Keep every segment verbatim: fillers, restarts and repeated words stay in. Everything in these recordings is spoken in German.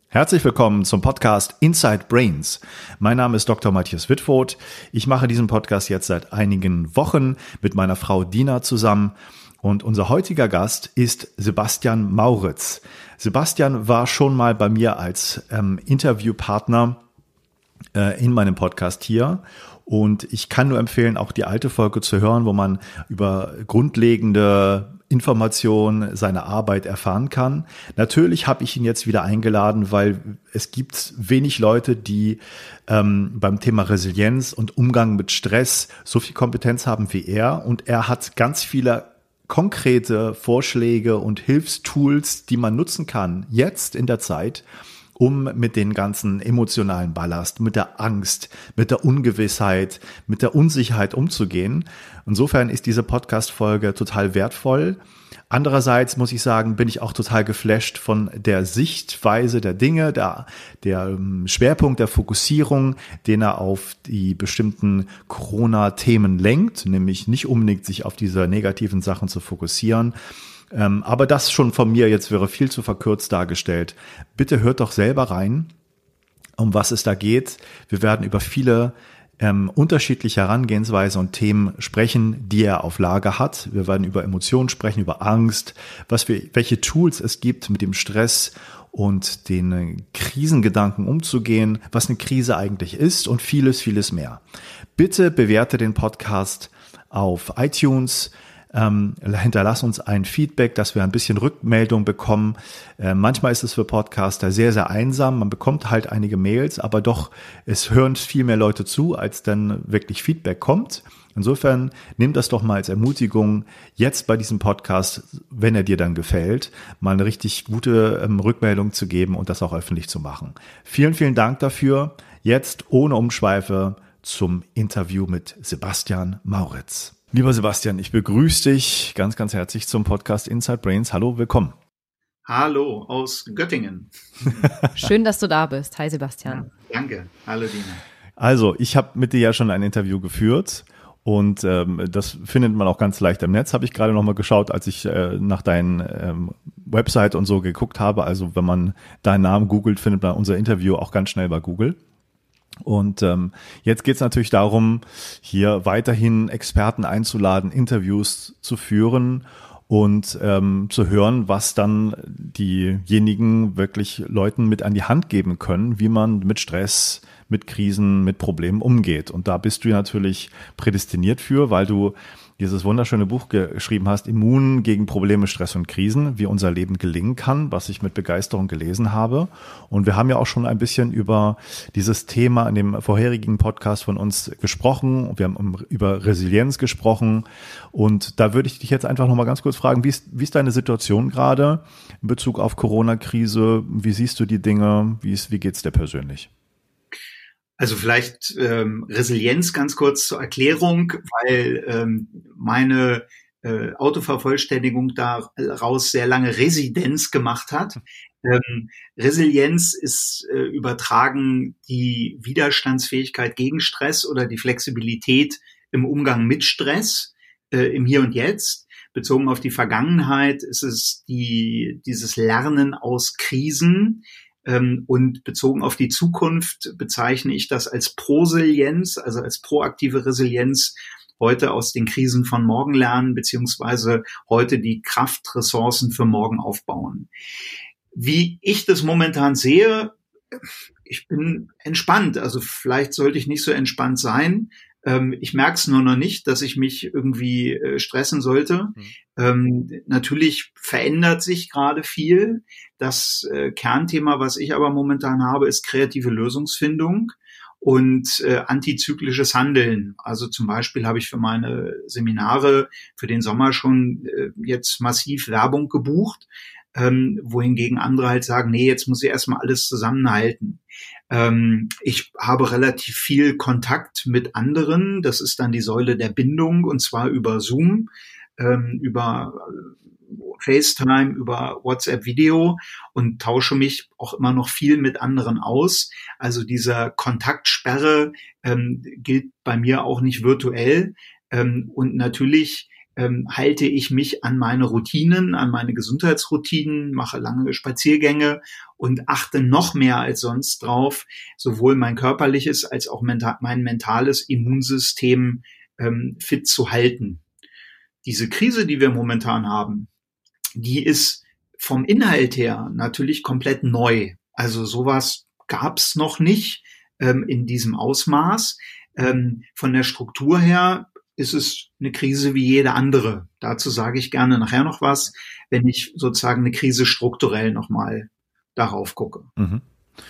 Herzlich willkommen zum Podcast Inside Brains. Mein Name ist Doktor Matthias Wittfoth. Ich mache diesen Podcast jetzt seit einigen Wochen mit meiner Frau Dina zusammen. Und unser heutiger Gast ist Sebastian Mauritz. Sebastian war schon mal bei mir als ähm, Interviewpartner äh, in meinem Podcast hier. Und ich kann nur empfehlen, auch die alte Folge zu hören, wo man über grundlegende Informationen seiner Arbeit erfahren kann. Natürlich habe ich ihn jetzt wieder eingeladen, weil es gibt wenig Leute, die ähm, beim Thema Resilienz und Umgang mit Stress so viel Kompetenz haben wie er. Und er hat ganz viele konkrete Vorschläge und Hilfstools, die man nutzen kann, jetzt in der Zeit, um mit den ganzen emotionalen Ballast, mit der Angst, mit der Ungewissheit, mit der Unsicherheit umzugehen. Insofern ist diese Podcast-Folge total wertvoll. Andererseits muss ich sagen, bin ich auch total geflasht von der Sichtweise der Dinge, der, der Schwerpunkt der Fokussierung, den er auf die bestimmten Corona-Themen lenkt, nämlich nicht unbedingt sich auf diese negativen Sachen zu fokussieren. Ähm, aber das schon von mir jetzt wäre viel zu verkürzt dargestellt. Bitte hört doch selber rein, um was es da geht. Wir werden über viele ähm, unterschiedliche Herangehensweisen und Themen sprechen, die er auf Lager hat. Wir werden über Emotionen sprechen, über Angst, was wir, welche Tools es gibt, mit dem Stress und den äh, Krisengedanken umzugehen, was eine Krise eigentlich ist und vieles, vieles mehr. Bitte bewerte den Podcast auf iTunes. Ähm, hinterlass uns ein Feedback, dass wir ein bisschen Rückmeldung bekommen. Äh, manchmal ist es für Podcaster sehr, sehr einsam. Man bekommt halt einige Mails, aber doch, es hören viel mehr Leute zu, als dann wirklich Feedback kommt. Insofern nimm das doch mal als Ermutigung, jetzt bei diesem Podcast, wenn er dir dann gefällt, mal eine richtig gute ähm, Rückmeldung zu geben und das auch öffentlich zu machen. Vielen, vielen Dank dafür. Jetzt ohne Umschweife zum Interview mit Sebastian Mauritz. Lieber Sebastian, ich begrüße dich ganz, ganz herzlich zum Podcast Inside Brains. Hallo, willkommen. Hallo aus Göttingen. Schön, dass du da bist. Hi, Sebastian. Ja, danke. Hallo, Dina. Also, ich habe mit dir ja schon ein Interview geführt und ähm, das findet man auch ganz leicht im Netz. Habe ich gerade nochmal geschaut, als ich äh, nach deinen ähm, Website und so geguckt habe. Also, wenn man deinen Namen googelt, findet man unser Interview auch ganz schnell bei Google. Und ähm, jetzt geht es natürlich darum, hier weiterhin Experten einzuladen, Interviews zu führen und ähm, zu hören, was dann diejenigen wirklich Leuten mit an die Hand geben können, wie man mit Stress, mit Krisen, mit Problemen umgeht. Und da bist du natürlich prädestiniert für, weil du dieses wunderschöne Buch geschrieben hast, Immun gegen Probleme, Stress und Krisen, wie unser Leben gelingen kann, was ich mit Begeisterung gelesen habe. Und wir haben ja auch schon ein bisschen über dieses Thema in dem vorherigen Podcast von uns gesprochen. Wir haben über Resilienz gesprochen. Und da würde ich dich jetzt einfach nochmal ganz kurz fragen, wie ist, wie ist deine Situation gerade in Bezug auf Corona-Krise? Wie siehst du die Dinge? Wie ist, wie geht's dir persönlich? Also vielleicht ähm, Resilienz ganz kurz zur Erklärung, weil ähm, meine äh, Autovervollständigung daraus sehr lange Residenz gemacht hat. Ähm, Resilienz ist äh, übertragen die Widerstandsfähigkeit gegen Stress oder die Flexibilität im Umgang mit Stress äh, im Hier und Jetzt. Bezogen auf die Vergangenheit ist es die dieses Lernen aus Krisen. Und bezogen auf die Zukunft bezeichne ich das als Prosilienz, also als proaktive Resilienz, heute aus den Krisen von morgen lernen, beziehungsweise heute die Kraftressourcen für morgen aufbauen. Wie ich das momentan sehe, ich bin entspannt, also vielleicht sollte ich nicht so entspannt sein. Ähm, ich merke es nur noch nicht, dass ich mich irgendwie äh, stressen sollte. Mhm. Ähm, natürlich verändert sich gerade viel. Das äh, Kernthema, was ich aber momentan habe, ist kreative Lösungsfindung und äh, antizyklisches Handeln. Also zum Beispiel habe ich für meine Seminare für den Sommer schon äh, jetzt massiv Werbung gebucht, ähm, wohingegen andere halt sagen, nee, jetzt muss ich erstmal alles zusammenhalten. Ähm, ich habe relativ viel Kontakt mit anderen. Das ist dann die Säule der Bindung, und zwar über Zoom, ähm, über FaceTime, über WhatsApp-Video, und tausche mich auch immer noch viel mit anderen aus. Also dieser Kontaktsperre ähm, gilt bei mir auch nicht virtuell. Ähm, und natürlich ähm, halte ich mich an meine Routinen, an meine Gesundheitsroutinen, mache lange Spaziergänge und achte noch mehr als sonst drauf, sowohl mein körperliches als auch menta- mein mentales Immunsystem ähm, fit zu halten. Diese Krise, die wir momentan haben, die ist vom Inhalt her natürlich komplett neu. Also sowas gab's noch nicht ähm, in diesem Ausmaß. Ähm, von der Struktur her ist es eine Krise wie jede andere. Dazu sage ich gerne nachher noch was, wenn ich sozusagen eine Krise strukturell nochmal darauf gucke. Mhm.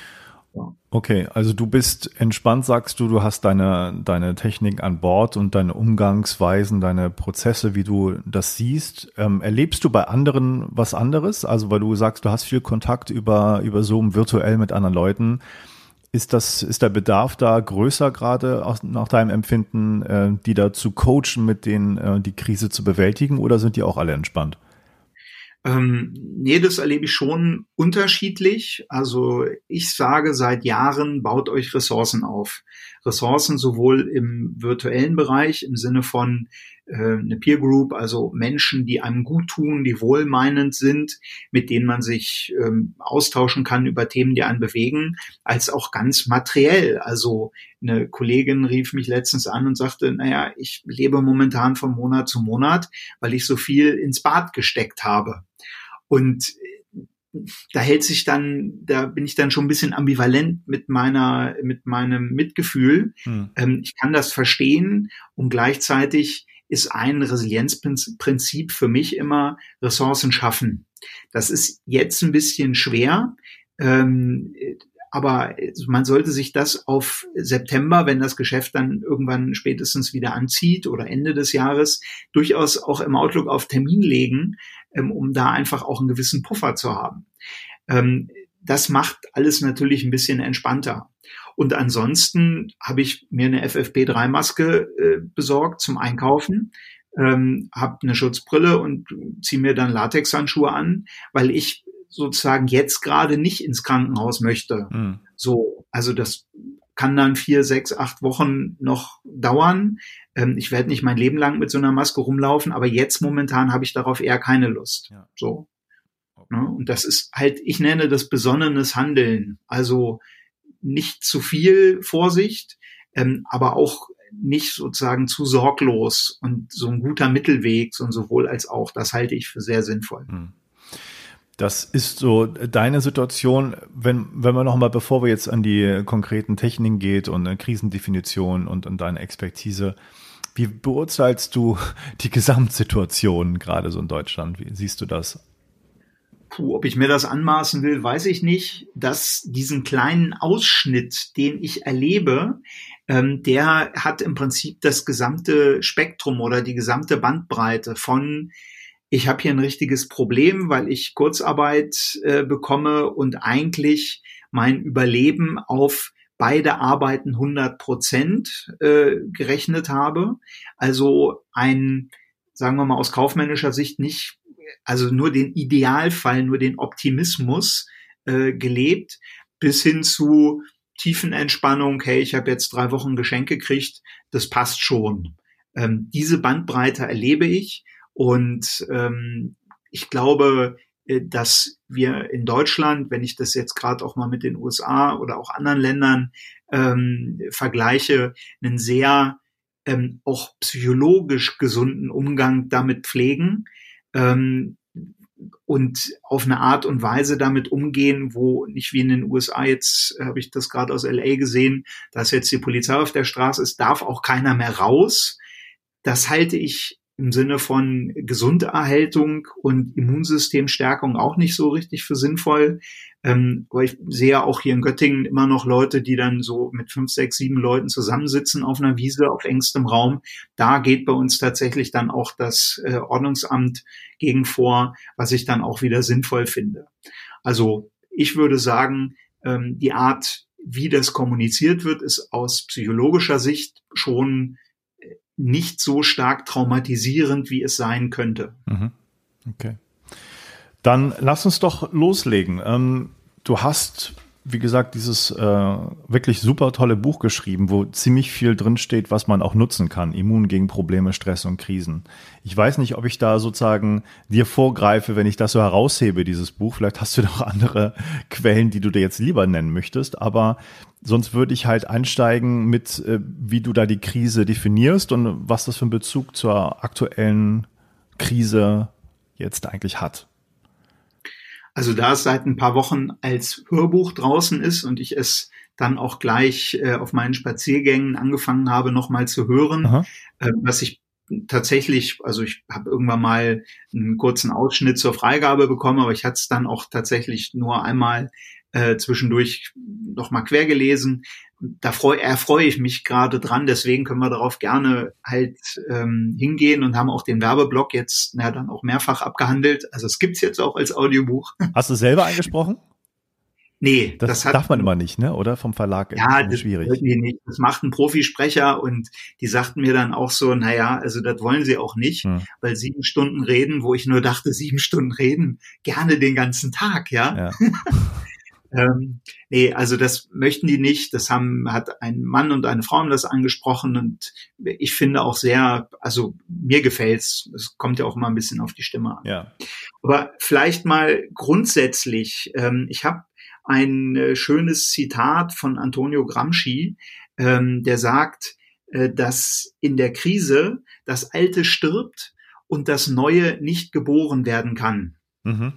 Okay, also du bist entspannt, sagst du, du hast deine, deine Technik an Bord und deine Umgangsweisen, deine Prozesse, wie du das siehst. Ähm, erlebst du bei anderen was anderes? Also weil du sagst, du hast viel Kontakt über, über Zoom virtuell mit anderen Leuten. Ist das, ist der Bedarf da größer gerade aus, nach deinem Empfinden, äh, die da zu coachen, mit denen äh, die Krise zu bewältigen, oder sind die auch alle entspannt? Ähm, nee, das erlebe ich schon unterschiedlich. Also ich sage seit Jahren, baut euch Ressourcen auf. Ressourcen sowohl im virtuellen Bereich im Sinne von äh, eine Peer Group, also Menschen, die einem gut tun, die wohlmeinend sind, mit denen man sich ähm, austauschen kann über Themen, die einen bewegen, als auch ganz materiell. Also eine Kollegin rief mich letztens an und sagte, naja, ich lebe momentan von Monat zu Monat, weil ich so viel ins Bad gesteckt habe. Und da hält sich dann, da bin ich dann schon ein bisschen ambivalent mit meiner, mit meinem Mitgefühl. Hm. Ähm, ich kann das verstehen und gleichzeitig ist ein Resilienzprinzip für mich immer Ressourcen schaffen. Das ist jetzt ein bisschen schwer, ähm, aber man sollte sich das auf September, wenn das Geschäft dann irgendwann spätestens wieder anzieht oder Ende des Jahres, durchaus auch im Outlook auf Termin legen, um da einfach auch einen gewissen Puffer zu haben. Das macht alles natürlich ein bisschen entspannter. Und ansonsten habe ich mir eine F F P drei Maske besorgt zum Einkaufen, habe eine Schutzbrille und ziehe mir dann Latexhandschuhe an, weil ich sozusagen jetzt gerade nicht ins Krankenhaus möchte. Mhm. So, also das kann dann vier, sechs, acht Wochen noch dauern. Ähm, ich werde nicht mein Leben lang mit so einer Maske rumlaufen, aber jetzt momentan habe ich darauf eher keine Lust. Ja. So. Okay. Ne? Und das ist halt, ich nenne das besonnenes Handeln. Also nicht zu viel Vorsicht, ähm, aber auch nicht sozusagen zu sorglos und so ein guter Mittelweg, so sowohl als auch. Das halte ich für sehr sinnvoll. Mhm. Das ist so deine Situation, wenn, wenn wir nochmal, bevor wir jetzt an die konkreten Techniken geht und eine Krisendefinition und, und deine Expertise, wie beurteilst du die Gesamtsituation gerade so in Deutschland? Wie siehst du das? Puh, ob ich mir das anmaßen will, weiß ich nicht. Dass diesen kleinen Ausschnitt, den ich erlebe, ähm, der hat im Prinzip das gesamte Spektrum oder die gesamte Bandbreite von ich habe hier ein richtiges Problem, weil ich Kurzarbeit äh, bekomme und eigentlich mein Überleben auf beide Arbeiten hundert Prozent äh, gerechnet habe. Also ein, sagen wir mal aus kaufmännischer Sicht nicht, also nur den Idealfall, nur den Optimismus äh, gelebt, bis hin zu Tiefenentspannung, hey, ich habe jetzt drei Wochen Geschenk gekriegt, das passt schon. Ähm, diese Bandbreite erlebe ich. Und ähm, ich glaube, dass wir in Deutschland, wenn ich das jetzt gerade auch mal mit den U S A oder auch anderen Ländern ähm, vergleiche, einen sehr ähm, auch psychologisch gesunden Umgang damit pflegen ähm, und auf eine Art und Weise damit umgehen, wo nicht wie in den U S A, jetzt habe ich das gerade aus L A gesehen, dass jetzt die Polizei auf der Straße ist, darf auch keiner mehr raus. Das halte ich im Sinne von Gesunderhaltung und Immunsystemstärkung auch nicht so richtig für sinnvoll. Ähm, aber ich sehe auch hier in Göttingen immer noch Leute, die dann so mit fünf, sechs, sieben Leuten zusammensitzen auf einer Wiese, auf engstem Raum. Da geht bei uns tatsächlich dann auch das äh, Ordnungsamt gegen vor, was ich dann auch wieder sinnvoll finde. Also ich würde sagen, ähm, die Art, wie das kommuniziert wird, ist aus psychologischer Sicht schon nicht so stark traumatisierend, wie es sein könnte. Okay. Dann lass uns doch loslegen. Ähm, du hast wie gesagt, dieses äh, wirklich super tolle Buch geschrieben, wo ziemlich viel drinsteht, was man auch nutzen kann. Immun gegen Probleme, Stress und Krisen. Ich weiß nicht, ob ich da sozusagen dir vorgreife, wenn ich das so heraushebe, dieses Buch. Vielleicht hast du noch andere Quellen, die du dir jetzt lieber nennen möchtest. Aber sonst würde ich halt einsteigen mit, äh, wie du da die Krise definierst und was das für einen Bezug zur aktuellen Krise jetzt eigentlich hat. Also da es seit ein paar Wochen als Hörbuch draußen ist und ich es dann auch gleich äh, auf meinen Spaziergängen angefangen habe, nochmal zu hören, äh, was ich tatsächlich, also ich habe irgendwann mal einen kurzen Ausschnitt zur Freigabe bekommen, aber ich hatte es dann auch tatsächlich nur einmal äh, zwischendurch nochmal quer gelesen. Da freu, erfreue ich mich gerade dran, deswegen können wir darauf gerne halt ähm, hingehen und haben auch den Werbeblock jetzt na, dann auch mehrfach abgehandelt. Also es gibt's jetzt auch als Audiobuch. Hast du selber eingesprochen? Nee, das, das hat, darf man immer nicht, ne? Oder vom Verlag? Ja, ist das schwierig. irgendwie nicht. Das macht ein Profisprecher und die sagten mir dann auch so, naja, also das wollen sie auch nicht, hm. weil sieben Stunden reden, wo ich nur dachte, sieben Stunden reden, gerne den ganzen Tag, ja. ja. Ähm, nee, also das möchten die nicht. Das haben, hat ein Mann und eine Frau haben das angesprochen und ich finde auch sehr, also mir gefällt's. Es kommt ja auch mal ein bisschen auf die Stimme an. Ja. Aber vielleicht mal grundsätzlich, ähm, ich habe ein äh, schönes Zitat von Antonio Gramsci, ähm, der sagt, äh, dass in der Krise das Alte stirbt und das Neue nicht geboren werden kann. Mhm.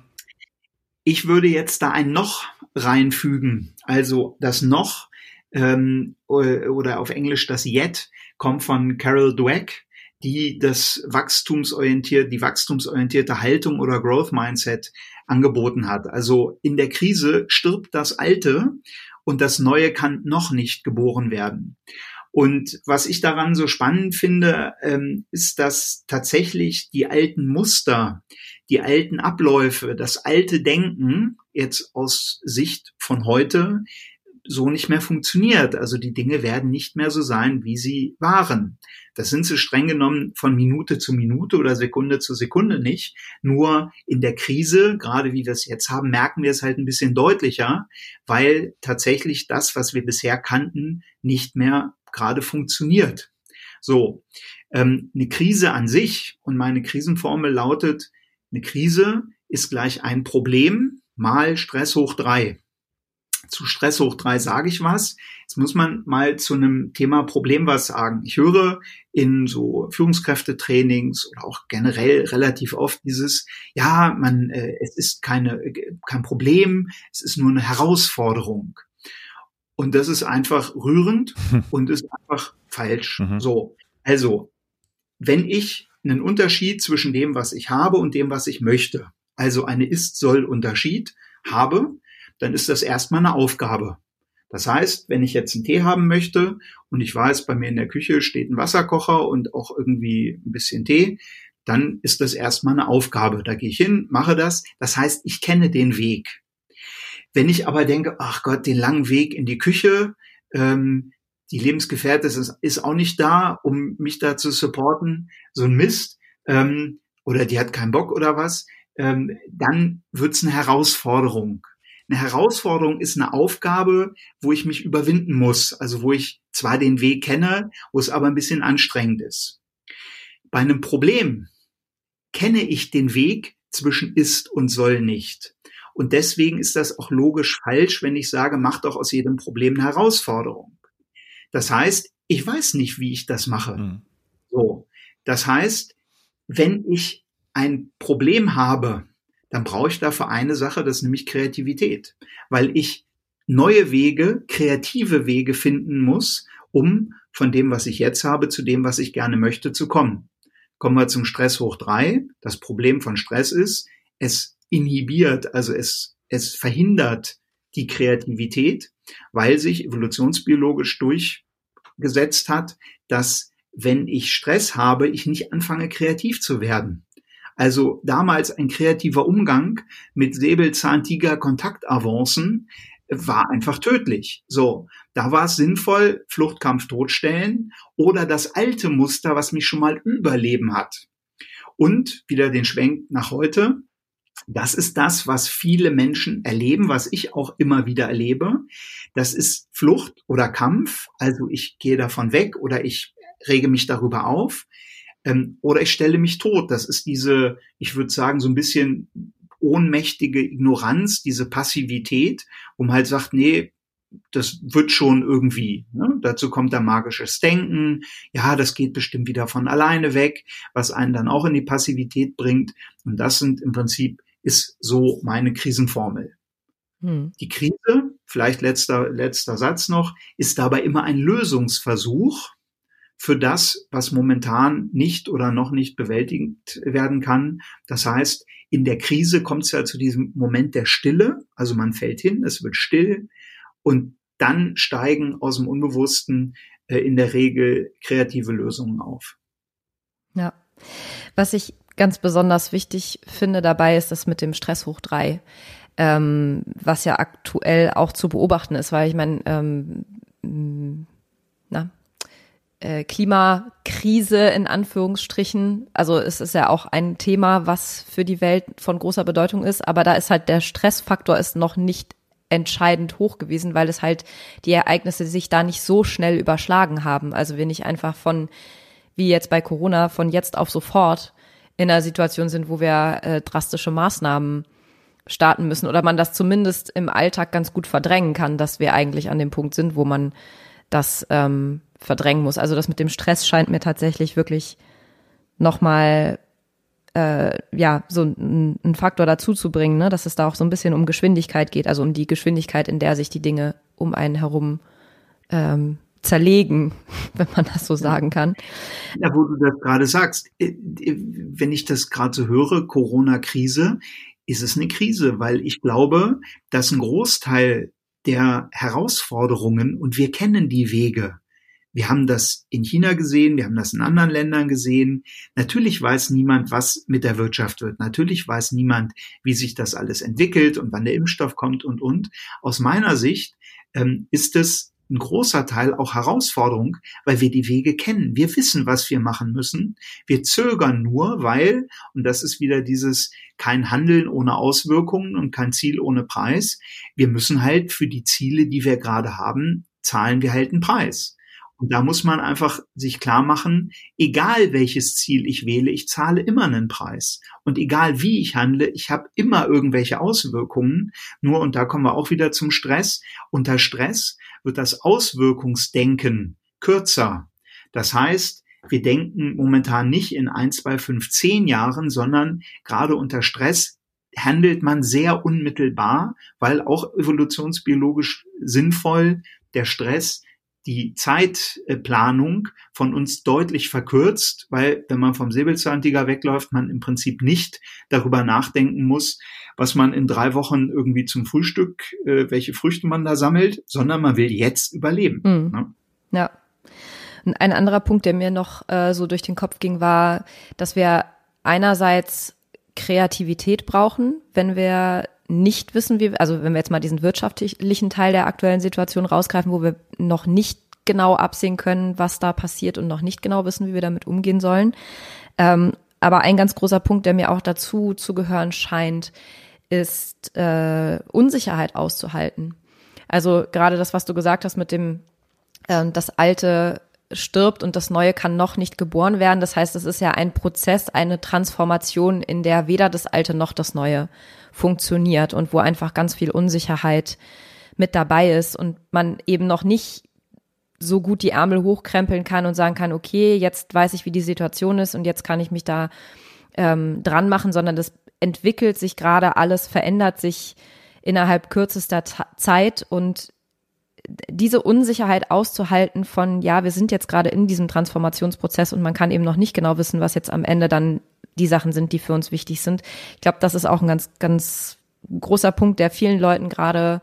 Ich würde jetzt da ein Noch reinfügen. Also das Noch ähm, oder auf Englisch das Yet kommt von Carol Dweck, die das wachstumsorientierte, die wachstumsorientierte Haltung oder Growth Mindset angeboten hat. Also in der Krise stirbt das Alte und das Neue kann noch nicht geboren werden. Und was ich daran so spannend finde, ähm, ist, dass tatsächlich die alten Muster, die alten Abläufe, das alte Denken jetzt aus Sicht von heute so nicht mehr funktioniert. Also die Dinge werden nicht mehr so sein, wie sie waren. Das sind sie streng genommen von Minute zu Minute oder Sekunde zu Sekunde nicht. Nur in der Krise, gerade wie wir es jetzt haben, merken wir es halt ein bisschen deutlicher, weil tatsächlich das, was wir bisher kannten, nicht mehr gerade funktioniert. So, ähm, eine Krise an sich und meine Krisenformel lautet, eine Krise ist gleich ein Problem mal Stress hoch drei. Zu Stress hoch drei sage ich was. Jetzt muss man mal zu einem Thema Problem was sagen. Ich höre in so Führungskräftetrainings oder auch generell relativ oft dieses, ja, man, äh, es ist keine, kein Problem, es ist nur eine Herausforderung. Und das ist einfach rührend und ist einfach falsch. Mhm. So, also, wenn ich einen Unterschied zwischen dem, was ich habe und dem, was ich möchte, also eine Ist-Soll-Unterschied habe, dann ist das erstmal eine Aufgabe. Das heißt, wenn ich jetzt einen Tee haben möchte und ich weiß, bei mir in der Küche steht ein Wasserkocher und auch irgendwie ein bisschen Tee, dann ist das erstmal eine Aufgabe. Da gehe ich hin, mache das. Das heißt, ich kenne den Weg. Wenn ich aber denke, ach Gott, den langen Weg in die Küche, ähm, die Lebensgefährtin ist, ist auch nicht da, um mich da zu supporten, so ein Mist, ähm, oder die hat keinen Bock oder was, ähm, dann wird's eine Herausforderung. Eine Herausforderung ist eine Aufgabe, wo ich mich überwinden muss, also wo ich zwar den Weg kenne, wo es aber ein bisschen anstrengend ist. Bei einem Problem kenne ich den Weg zwischen ist und soll nicht. Und deswegen ist das auch logisch falsch, wenn ich sage, mach doch aus jedem Problem eine Herausforderung. Das heißt, ich weiß nicht, wie ich das mache. Mhm. So. Das heißt, wenn ich ein Problem habe, dann brauche ich dafür eine Sache, das ist nämlich Kreativität. Weil ich neue Wege, kreative Wege finden muss, um von dem, was ich jetzt habe, zu dem, was ich gerne möchte, zu kommen. Kommen wir zum Stress hoch drei. Das Problem von Stress ist, es inhibiert, also es, es verhindert die Kreativität, weil sich evolutionsbiologisch durchgesetzt hat, dass wenn ich Stress habe, ich nicht anfange, kreativ zu werden. Also damals ein kreativer Umgang mit Säbelzahntiger-Kontaktavancen war einfach tödlich. So, da war es sinnvoll, Fluchtkampf totstellen oder das alte Muster, was mich schon mal überleben hat. Und wieder den Schwenk nach heute. Das ist das, was viele Menschen erleben, was ich auch immer wieder erlebe. Das ist Flucht oder Kampf. Also ich gehe davon weg oder ich rege mich darüber auf ähm, oder ich stelle mich tot. Das ist diese, ich würde sagen, so ein bisschen ohnmächtige Ignoranz, diese Passivität, wo man halt sagt, nee, das wird schon irgendwie. Ne? Dazu kommt dann magisches Denken. Ja, das geht bestimmt wieder von alleine weg, was einen dann auch in die Passivität bringt. Und das sind im Prinzip ist so meine Krisenformel. Hm. Die Krise, vielleicht letzter, letzter Satz noch, ist dabei immer ein Lösungsversuch für das, was momentan nicht oder noch nicht bewältigt werden kann. Das heißt, in der Krise kommt es ja zu diesem Moment der Stille. Also man fällt hin, es wird still und dann steigen aus dem Unbewussten äh, in der Regel kreative Lösungen auf. Ja, was ich ganz besonders wichtig finde dabei ist das mit dem Stress hoch drei, ähm, was ja aktuell auch zu beobachten ist, weil ich meine, ähm, na, äh, Klimakrise in Anführungsstrichen, also es ist ja auch ein Thema, was für die Welt von großer Bedeutung ist, aber da ist halt der Stressfaktor ist noch nicht entscheidend hoch gewesen, weil es halt die Ereignisse sich da nicht so schnell überschlagen haben, also wir nicht einfach von, wie jetzt bei Corona, von jetzt auf sofort in einer Situation sind, wo wir äh, drastische Maßnahmen starten müssen oder man das zumindest im Alltag ganz gut verdrängen kann, dass wir eigentlich an dem Punkt sind, wo man das ähm, verdrängen muss. Also das mit dem Stress scheint mir tatsächlich wirklich nochmal äh, ja, so ein, ein Faktor dazu zu bringen, ne? Dass es da auch so ein bisschen um Geschwindigkeit geht, also um die Geschwindigkeit, in der sich die Dinge um einen herum ähm, zerlegen, wenn man das so sagen kann. Ja, wo du das gerade sagst, wenn ich das gerade so höre, Corona-Krise, ist es eine Krise, weil ich glaube, dass ein Großteil der Herausforderungen, und wir kennen die Wege, wir haben das in China gesehen, wir haben das in anderen Ländern gesehen. Natürlich weiß niemand, was mit der Wirtschaft wird. Natürlich weiß niemand, wie sich das alles entwickelt und wann der Impfstoff kommt und, und. Aus meiner Sicht ähm, ist es ein großer Teil auch Herausforderung, weil wir die Wege kennen. Wir wissen, was wir machen müssen. Wir zögern nur, weil, und das ist wieder dieses kein Handeln ohne Auswirkungen und kein Ziel ohne Preis. Wir müssen halt für die Ziele, die wir gerade haben, zahlen wir halt einen Preis. Und da muss man einfach sich klar machen, egal welches Ziel ich wähle, ich zahle immer einen Preis. Und egal wie ich handle, ich habe immer irgendwelche Auswirkungen. Nur, und da kommen wir auch wieder zum Stress, unter Stress wird das Auswirkungsdenken kürzer. Das heißt, wir denken momentan nicht in ein, zwei, fünf, zehn Jahren, sondern gerade unter Stress handelt man sehr unmittelbar, weil auch evolutionsbiologisch sinnvoll der Stress die Zeitplanung von uns deutlich verkürzt, weil wenn man vom Säbelzahntiger wegläuft, man im Prinzip nicht darüber nachdenken muss, was man in drei Wochen irgendwie zum Frühstück, äh, welche Früchte man da sammelt, sondern man will jetzt überleben. Mhm. Ne? Ja. Und ein anderer Punkt, der mir noch äh, so durch den Kopf ging, war, dass wir einerseits Kreativität brauchen, wenn wir nicht wissen, wie, also wenn wir jetzt mal diesen wirtschaftlichen Teil der aktuellen Situation rausgreifen, wo wir noch nicht genau absehen können, was da passiert und noch nicht genau wissen, wie wir damit umgehen sollen. Ähm, aber ein ganz großer Punkt, der mir auch dazu zu gehören scheint, ist äh, Unsicherheit auszuhalten. Also gerade das, was du gesagt hast mit dem, äh, das Alte stirbt und das Neue kann noch nicht geboren werden. Das heißt, es ist ja ein Prozess, eine Transformation, in der weder das Alte noch das Neue funktioniert und wo einfach ganz viel Unsicherheit mit dabei ist und man eben noch nicht so gut die Ärmel hochkrempeln kann und sagen kann, okay, jetzt weiß ich, wie die Situation ist und jetzt kann ich mich da ähm, dran machen, sondern das entwickelt sich gerade, alles verändert sich innerhalb kürzester Ta- Zeit und diese Unsicherheit auszuhalten von, ja, wir sind jetzt gerade in diesem Transformationsprozess und man kann eben noch nicht genau wissen, was jetzt am Ende dann die Sachen sind, die für uns wichtig sind. Ich glaube, das ist auch ein ganz, ganz großer Punkt, der vielen Leuten gerade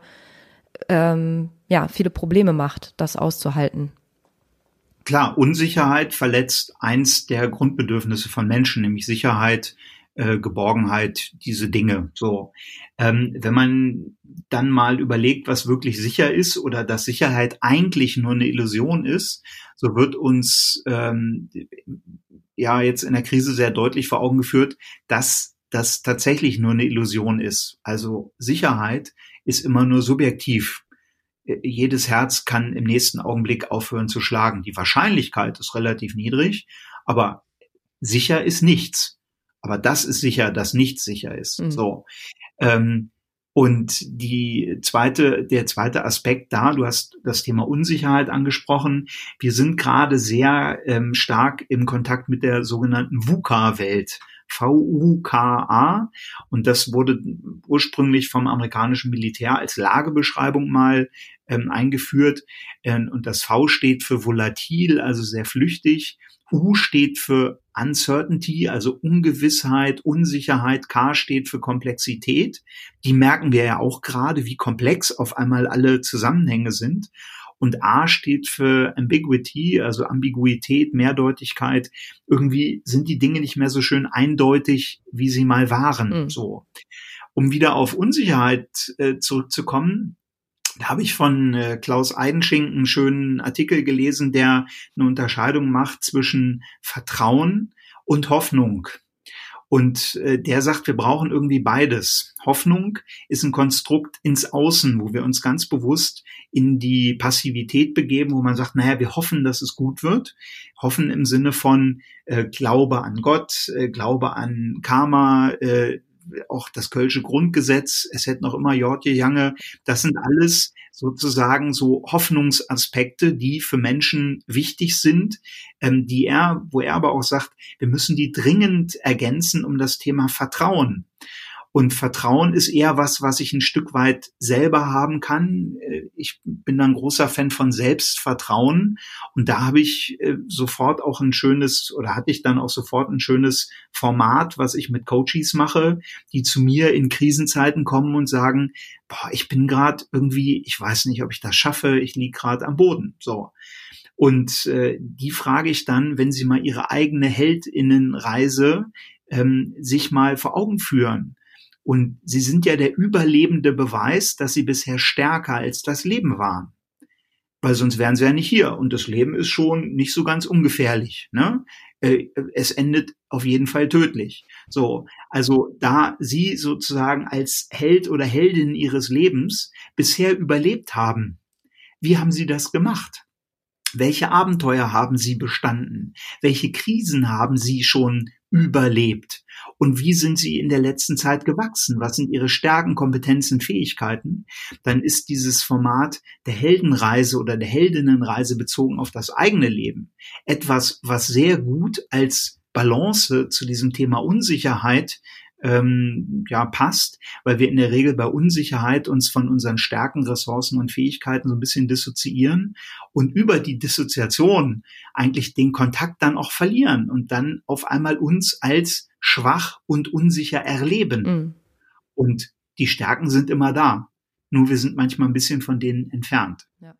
ähm, ja, viele Probleme macht, das auszuhalten. Klar, Unsicherheit verletzt eins der Grundbedürfnisse von Menschen, nämlich Sicherheit, äh, Geborgenheit, diese Dinge. So, ähm, wenn man dann mal überlegt, was wirklich sicher ist oder dass Sicherheit eigentlich nur eine Illusion ist, so wird uns ähm, ja jetzt in der Krise sehr deutlich vor Augen geführt, dass das tatsächlich nur eine Illusion ist. Also Sicherheit ist immer nur subjektiv. Jedes Herz kann im nächsten Augenblick aufhören zu schlagen. Die Wahrscheinlichkeit ist relativ niedrig, aber sicher ist nichts. Aber das ist sicher, dass nichts sicher ist. Mhm. So. Ähm, und die zweite, der zweite Aspekt da, du hast das Thema Unsicherheit angesprochen. Wir sind gerade sehr ähm, stark im Kontakt mit der sogenannten VUCA-Welt. V U K A. Und das wurde ursprünglich vom amerikanischen Militär als Lagebeschreibung mal ähm, eingeführt. Ähm, und das V steht für volatil, also sehr flüchtig. U steht für Uncertainty, also Ungewissheit, Unsicherheit. K steht für Komplexität. Die merken wir ja auch gerade, wie komplex auf einmal alle Zusammenhänge sind. Und A steht für Ambiguity, also Ambiguität, Mehrdeutigkeit. Irgendwie sind die Dinge nicht mehr so schön eindeutig, wie sie mal waren. Mhm. So. Um wieder auf Unsicherheit äh, zurückzukommen, da habe ich von äh, Klaus Eidenschink einen schönen Artikel gelesen, der eine Unterscheidung macht zwischen Vertrauen und Hoffnung. Und äh, der sagt, wir brauchen irgendwie beides. Hoffnung ist ein Konstrukt ins Außen, wo wir uns ganz bewusst in die Passivität begeben, wo man sagt, naja, wir hoffen, dass es gut wird. Hoffen im Sinne von äh, Glaube an Gott, äh, Glaube an Karma, äh, auch das Kölsche Grundgesetz, es hätte noch immer Jortje Jange, das sind alles sozusagen so Hoffnungsaspekte, die für Menschen wichtig sind, ähm, die er, wo er aber auch sagt, wir müssen die dringend ergänzen um das Thema Vertrauen. Und Vertrauen ist eher was, was ich ein Stück weit selber haben kann. Ich bin da ein großer Fan von Selbstvertrauen. Und da habe ich sofort auch ein schönes, oder hatte ich dann auch sofort ein schönes Format, was ich mit Coaches mache, die zu mir in Krisenzeiten kommen und sagen, boah, ich bin gerade irgendwie, ich weiß nicht, ob ich das schaffe, ich liege gerade am Boden. So. Und äh, die frage ich dann, wenn sie mal ihre eigene Heldinnenreise ähm, sich mal vor Augen führen. Und sie sind ja der überlebende Beweis, dass sie bisher stärker als das Leben waren. Weil sonst wären sie ja nicht hier. Und das Leben ist schon nicht so ganz ungefährlich, ne? Es endet auf jeden Fall tödlich. So, also da sie sozusagen als Held oder Heldin ihres Lebens bisher überlebt haben, wie haben sie das gemacht? Welche Abenteuer haben sie bestanden? Welche Krisen haben sie schon überlebt? Und wie sind sie in der letzten Zeit gewachsen? Was sind ihre Stärken, Kompetenzen, Fähigkeiten? Dann ist dieses Format der Heldenreise oder der Heldinnenreise bezogen auf das eigene Leben etwas, was sehr gut als Balance zu diesem Thema Unsicherheit ähm, ja passt, weil wir in der Regel bei Unsicherheit uns von unseren Stärken, Ressourcen und Fähigkeiten so ein bisschen dissoziieren und über die Dissoziation eigentlich den Kontakt dann auch verlieren und dann auf einmal uns als schwach und unsicher erleben. Mhm. Und die Stärken sind immer da. Nur wir sind manchmal ein bisschen von denen entfernt. Ja.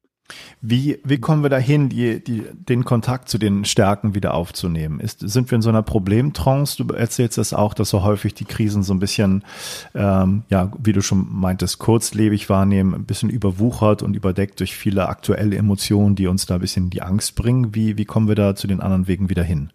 Wie, wie kommen wir dahin, die, die, den Kontakt zu den Stärken wieder aufzunehmen? Ist, sind wir in so einer Problemtrance? Du erzählst das auch, dass so häufig die Krisen so ein bisschen, ähm, ja, wie du schon meintest, kurzlebig wahrnehmen, ein bisschen überwuchert und überdeckt durch viele aktuelle Emotionen, die uns da ein bisschen die Angst bringen. Wie, wie kommen wir da zu den anderen Wegen wieder hin?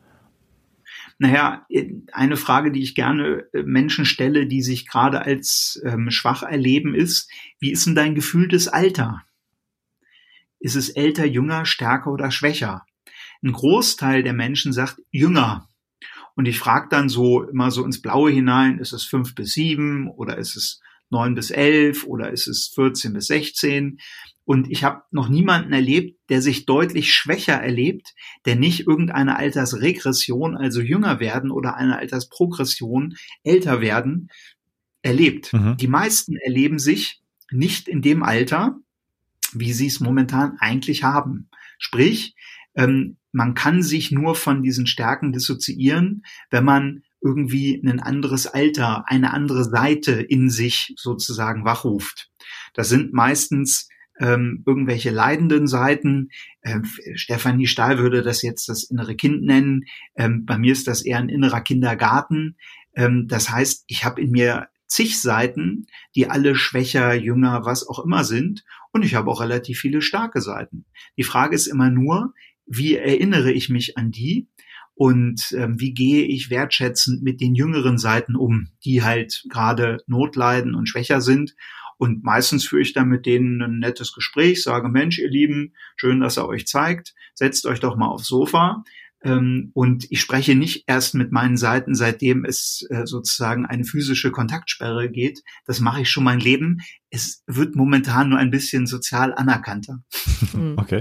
Naja, eine Frage, die ich gerne Menschen stelle, die sich gerade als ähm, schwach erleben, ist, wie ist denn dein gefühltes Alter? Ist es älter, jünger, stärker oder schwächer? Ein Großteil der Menschen sagt jünger. Und ich frage dann so immer so ins Blaue hinein, ist es fünf bis sieben oder ist es neun bis elf oder ist es vierzehn bis sechzehn? Und ich habe noch niemanden erlebt, der sich deutlich schwächer erlebt, der nicht irgendeine Altersregression, also jünger werden oder eine Altersprogression, älter werden, erlebt. Mhm. Die meisten erleben sich nicht in dem Alter, wie sie es momentan eigentlich haben. Sprich, ähm, man kann sich nur von diesen Stärken dissoziieren, wenn man irgendwie ein anderes Alter, eine andere Seite in sich sozusagen wachruft. Das sind meistens ähm, irgendwelche leidenden Seiten. Ähm, Stefanie Stahl würde das jetzt das innere Kind nennen. Ähm, bei mir ist das eher ein innerer Kindergarten. Ähm, das heißt, ich habe in mir zig Seiten, die alle schwächer, jünger, was auch immer sind. Und ich habe auch relativ viele starke Seiten. Die Frage ist immer nur, wie erinnere ich mich an die? Und ähm, wie gehe ich wertschätzend mit den jüngeren Seiten um, die halt gerade Not leiden und schwächer sind. Und meistens führe ich dann mit denen ein nettes Gespräch, sage, Mensch, ihr Lieben, schön, dass er euch zeigt, setzt euch doch mal aufs Sofa. Ähm, und ich spreche nicht erst mit meinen Seiten, seitdem es äh, sozusagen eine physische Kontaktsperre geht. Das mache ich schon mein Leben. Es wird momentan nur ein bisschen sozial anerkannter. Okay.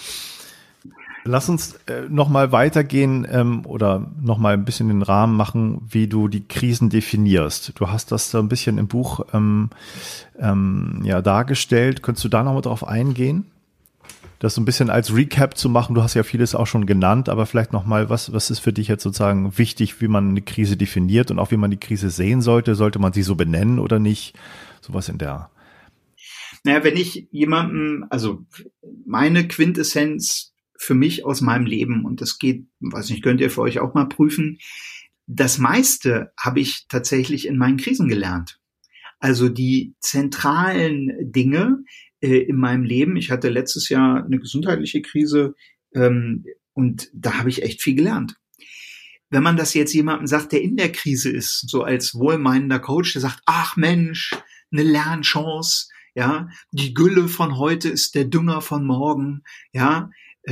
Lass uns äh, nochmal weitergehen ähm, oder nochmal ein bisschen den Rahmen machen, wie du die Krisen definierst. Du hast das so ein bisschen im Buch ähm, ähm, ja, dargestellt. Könntest du da nochmal drauf eingehen? Das so ein bisschen als Recap zu machen. Du hast ja vieles auch schon genannt, aber vielleicht nochmal, was, was ist für dich jetzt sozusagen wichtig, wie man eine Krise definiert und auch wie man die Krise sehen sollte? Sollte man sie so benennen oder nicht? Sowas in der. Naja, wenn ich jemandem, also meine Quintessenz für mich aus meinem Leben, und das geht, weiß nicht, könnt ihr für euch auch mal prüfen, das meiste habe ich tatsächlich in meinen Krisen gelernt. Also die zentralen Dinge äh, in meinem Leben. Ich hatte letztes Jahr eine gesundheitliche Krise ähm, und da habe ich echt viel gelernt. Wenn man das jetzt jemandem sagt, der in der Krise ist, so als wohlmeinender Coach, der sagt, ach Mensch, eine Lernchance, ja, die Gülle von heute ist der Dünger von morgen, ja,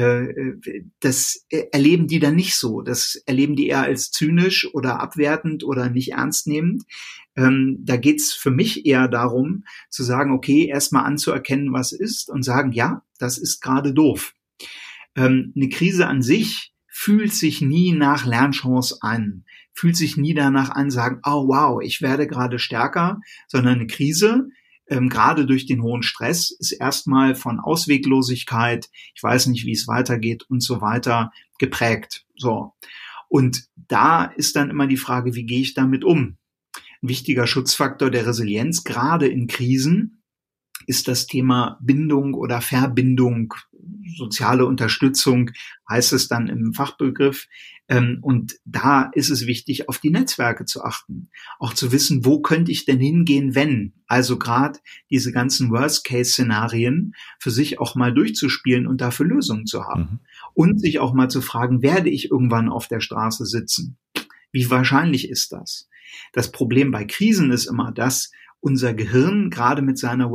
das erleben die dann nicht so. Das erleben die eher als zynisch oder abwertend oder nicht ernst nehmend. Ähm, da geht's für mich eher darum, zu sagen, okay, erstmal anzuerkennen, was ist und sagen, ja, das ist gerade doof. Ähm, eine Krise an sich fühlt sich nie nach Lernchance an, fühlt sich nie danach an, sagen, oh wow, ich werde gerade stärker, sondern eine Krise, Ähm, gerade durch den hohen Stress, ist erstmal von Ausweglosigkeit, ich weiß nicht, wie es weitergeht und so weiter geprägt. So. Und da ist dann immer die Frage, wie gehe ich damit um? Ein wichtiger Schutzfaktor der Resilienz, gerade in Krisen, ist das Thema Bindung oder Verbindung, soziale Unterstützung, heißt es dann im Fachbegriff. Und da ist es wichtig, auf die Netzwerke zu achten. Auch zu wissen, wo könnte ich denn hingehen, wenn? Also gerade diese ganzen Worst-Case-Szenarien für sich auch mal durchzuspielen und dafür Lösungen zu haben. Mhm. Und sich auch mal zu fragen, werde ich irgendwann auf der Straße sitzen? Wie wahrscheinlich ist das? Das Problem bei Krisen ist immer, dass unser Gehirn gerade mit seiner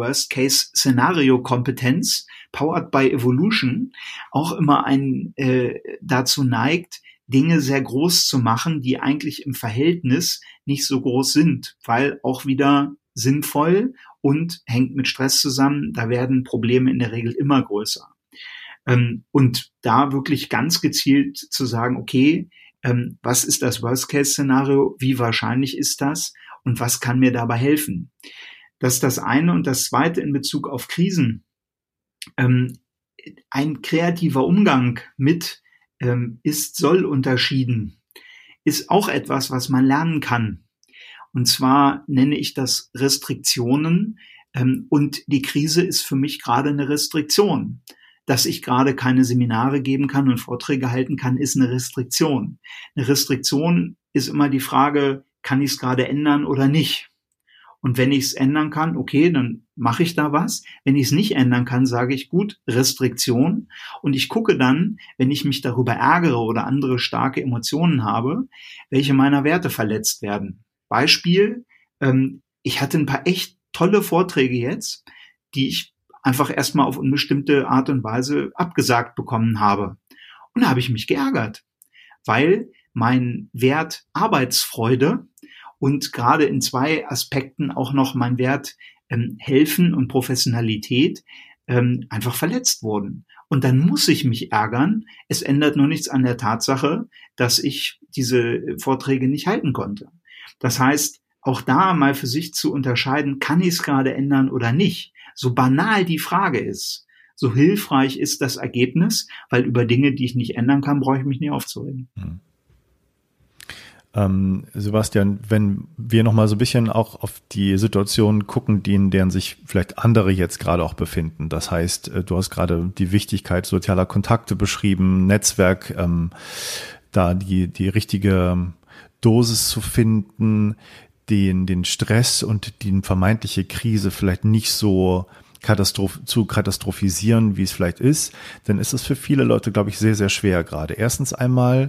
Worst-Case-Szenario-Kompetenz, powered by Evolution, auch immer ein, äh, dazu neigt, Dinge sehr groß zu machen, die eigentlich im Verhältnis nicht so groß sind, weil auch wieder sinnvoll und hängt mit Stress zusammen. Da werden Probleme in der Regel immer größer. Ähm, und da wirklich ganz gezielt zu sagen, okay, ähm, was ist das Worst-Case-Szenario? Wie wahrscheinlich ist das? Und was kann mir dabei helfen? Das ist das eine. Und das zweite in Bezug auf Krisen. Ähm, ein kreativer Umgang mit ähm, Ist-Soll-Unterschieden ist auch etwas, was man lernen kann. Und zwar nenne ich das Restriktionen. Ähm, und die Krise ist für mich gerade eine Restriktion. Dass ich gerade keine Seminare geben kann und Vorträge halten kann, ist eine Restriktion. Eine Restriktion ist immer die Frage, kann ich es gerade ändern oder nicht? Und wenn ich es ändern kann, okay, dann mache ich da was. Wenn ich es nicht ändern kann, sage ich, gut, Restriktion. Und ich gucke dann, wenn ich mich darüber ärgere oder andere starke Emotionen habe, welche meiner Werte verletzt werden. Beispiel, ähm, ich hatte ein paar echt tolle Vorträge jetzt, die ich einfach erstmal auf unbestimmte Art und Weise abgesagt bekommen habe. Und da habe ich mich geärgert, weil mein Wert Arbeitsfreude und gerade in zwei Aspekten auch noch mein Wert ähm, Helfen und Professionalität ähm, einfach verletzt wurden. Und dann muss ich mich ärgern. Es ändert nur nichts an der Tatsache, dass ich diese Vorträge nicht halten konnte. Das heißt, auch da mal für sich zu unterscheiden, kann ich es gerade ändern oder nicht? So banal die Frage ist, so hilfreich ist das Ergebnis, weil über Dinge, die ich nicht ändern kann, brauche ich mich nicht aufzuregen. Hm. Ähm, Sebastian, wenn wir nochmal so ein bisschen auch auf die Situation gucken, die in deren sich vielleicht andere jetzt gerade auch befinden. Das heißt, du hast gerade die Wichtigkeit sozialer Kontakte beschrieben, Netzwerk, ähm, da die, die richtige Dosis zu finden, den, den Stress und die vermeintliche Krise vielleicht nicht so Katastroph- zu katastrophisieren, wie es vielleicht ist, dann ist es für viele Leute, glaube ich, sehr, sehr schwer gerade. Erstens einmal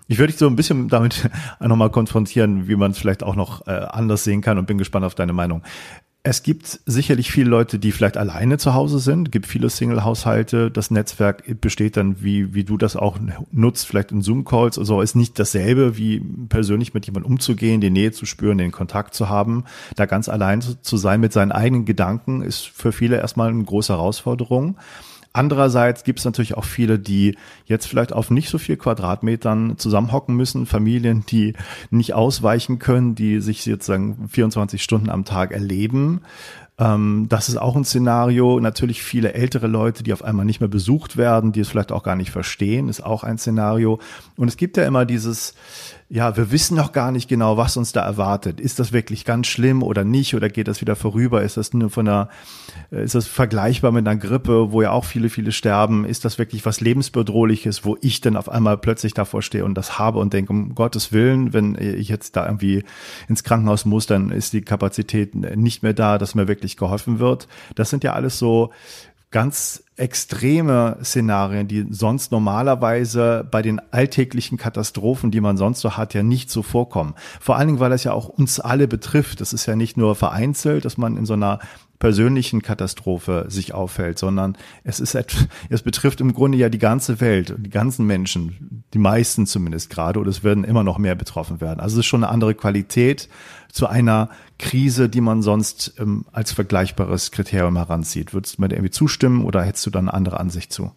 Ich würde dich so ein bisschen damit nochmal konfrontieren, wie man es vielleicht auch noch äh, anders sehen kann und bin gespannt auf deine Meinung. Es gibt sicherlich viele Leute, die vielleicht alleine zu Hause sind, gibt viele Single-Haushalte. Das Netzwerk besteht dann, wie wie du das auch nutzt, vielleicht in Zoom-Calls oder so, ist nicht dasselbe, wie persönlich mit jemandem umzugehen, die Nähe zu spüren, den Kontakt zu haben. Da ganz allein zu sein mit seinen eigenen Gedanken ist für viele erstmal eine große Herausforderung. Andererseits gibt es natürlich auch viele, die jetzt vielleicht auf nicht so viel Quadratmetern zusammenhocken müssen, Familien, die nicht ausweichen können, die sich sozusagen vierundzwanzig Stunden am Tag erleben. Ähm, das ist auch ein Szenario. Natürlich viele ältere Leute, die auf einmal nicht mehr besucht werden, die es vielleicht auch gar nicht verstehen, ist auch ein Szenario. Und es gibt ja immer dieses, ja, wir wissen noch gar nicht genau, was uns da erwartet. Ist das wirklich ganz schlimm oder nicht? Oder geht das wieder vorüber? Ist das nur von einer, ist das vergleichbar mit einer Grippe, wo ja auch viele, viele sterben? Ist das wirklich was Lebensbedrohliches, wo ich dann auf einmal plötzlich davor stehe und das habe und denke, um Gottes Willen, wenn ich jetzt da irgendwie ins Krankenhaus muss, dann ist die Kapazität nicht mehr da, dass mir wirklich geholfen wird. Das sind ja alles so ganz extreme Szenarien, die sonst normalerweise bei den alltäglichen Katastrophen, die man sonst so hat, ja nicht so vorkommen. Vor allen Dingen, weil das ja auch uns alle betrifft. Das ist ja nicht nur vereinzelt, dass man in so einer persönlichen Katastrophe sich aufhält, sondern es ist etwas, es betrifft im Grunde ja die ganze Welt, die ganzen Menschen, die meisten zumindest gerade, oder es werden immer noch mehr betroffen werden. Also es ist schon eine andere Qualität zu einer Krise, die man sonst ähm, als vergleichbares Kriterium heranzieht. Würdest du mir da irgendwie zustimmen oder hättest du da eine andere Ansicht zu?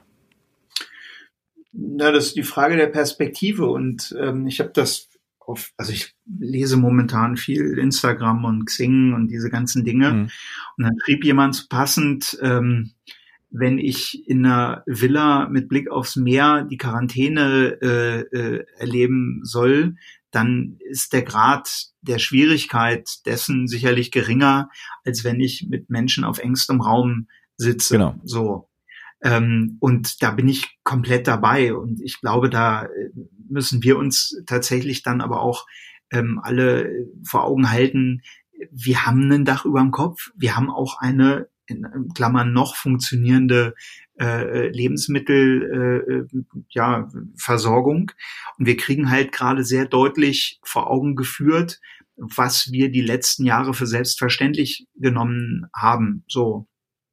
Na, das ist die Frage der Perspektive und ähm, ich habe das auf, also ich lese momentan viel Instagram und Xing und diese ganzen Dinge mhm. und dann schrieb jemand passend, ähm, wenn ich in einer Villa mit Blick aufs Meer die Quarantäne äh, äh, erleben soll, dann ist der Grad der Schwierigkeit dessen sicherlich geringer, als wenn ich mit Menschen auf engstem Raum sitze. Genau. So. Ähm, und da bin ich komplett dabei. Und ich glaube, da müssen wir uns tatsächlich dann aber auch ähm, alle vor Augen halten, wir haben ein Dach über dem Kopf, wir haben auch eine, in Klammern noch funktionierende äh, Lebensmittel äh, ja, Versorgung. Und wir kriegen halt gerade sehr deutlich vor Augen geführt, was wir die letzten Jahre für selbstverständlich genommen haben. So.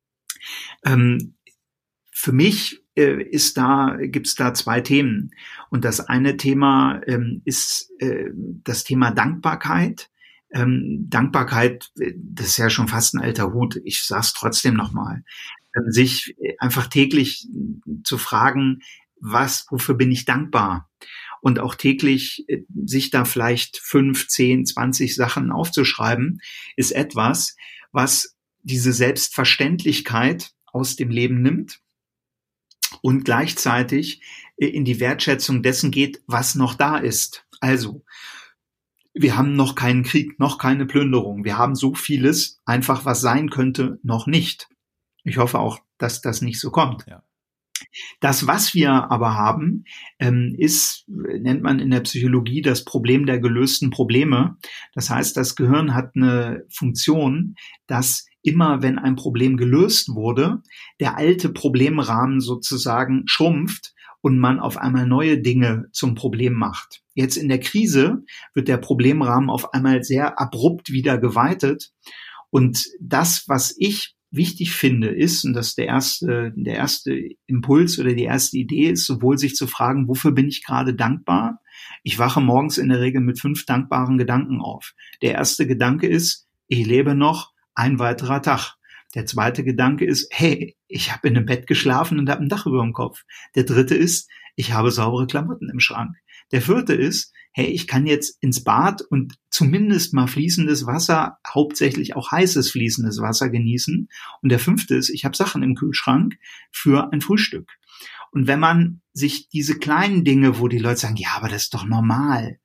Ähm, für mich äh, ist da, gibt's da zwei Themen. Und das eine Thema ähm, ist äh, das Thema Dankbarkeit. Ähm, Dankbarkeit, das ist ja schon fast ein alter Hut. Ich sag's trotzdem nochmal. Ähm, sich einfach täglich zu fragen, was, wofür bin ich dankbar? Und auch täglich äh, sich da vielleicht fünf, zehn, zwanzig Sachen aufzuschreiben, ist etwas, was diese Selbstverständlichkeit aus dem Leben nimmt und gleichzeitig äh, in die Wertschätzung dessen geht, was noch da ist. Also, wir haben noch keinen Krieg, noch keine Plünderung. Wir haben so vieles, einfach was sein könnte, noch nicht. Ich hoffe auch, dass das nicht so kommt. Ja. Das, was wir aber haben, ähm, ist, nennt man in der Psychologie das Problem der gelösten Probleme. Das heißt, das Gehirn hat eine Funktion, dass immer, wenn ein Problem gelöst wurde, der alte Problemrahmen sozusagen schrumpft und man auf einmal neue Dinge zum Problem macht. Jetzt in der Krise wird der Problemrahmen auf einmal sehr abrupt wieder geweitet. Und das, was ich wichtig finde, ist, und das ist der erste, der erste Impuls oder die erste Idee, ist sowohl sich zu fragen, wofür bin ich gerade dankbar? Ich wache morgens in der Regel mit fünf dankbaren Gedanken auf. Der erste Gedanke ist, ich lebe noch, ein weiterer Tag. Der zweite Gedanke ist, hey, ich habe in einem Bett geschlafen und habe ein Dach über dem Kopf. Der dritte ist, ich habe saubere Klamotten im Schrank. Der vierte ist, hey, ich kann jetzt ins Bad und zumindest mal fließendes Wasser, hauptsächlich auch heißes fließendes Wasser genießen. Und der fünfte ist, ich habe Sachen im Kühlschrank für ein Frühstück. Und wenn man sich diese kleinen Dinge, wo die Leute sagen, ja, aber das ist doch normal,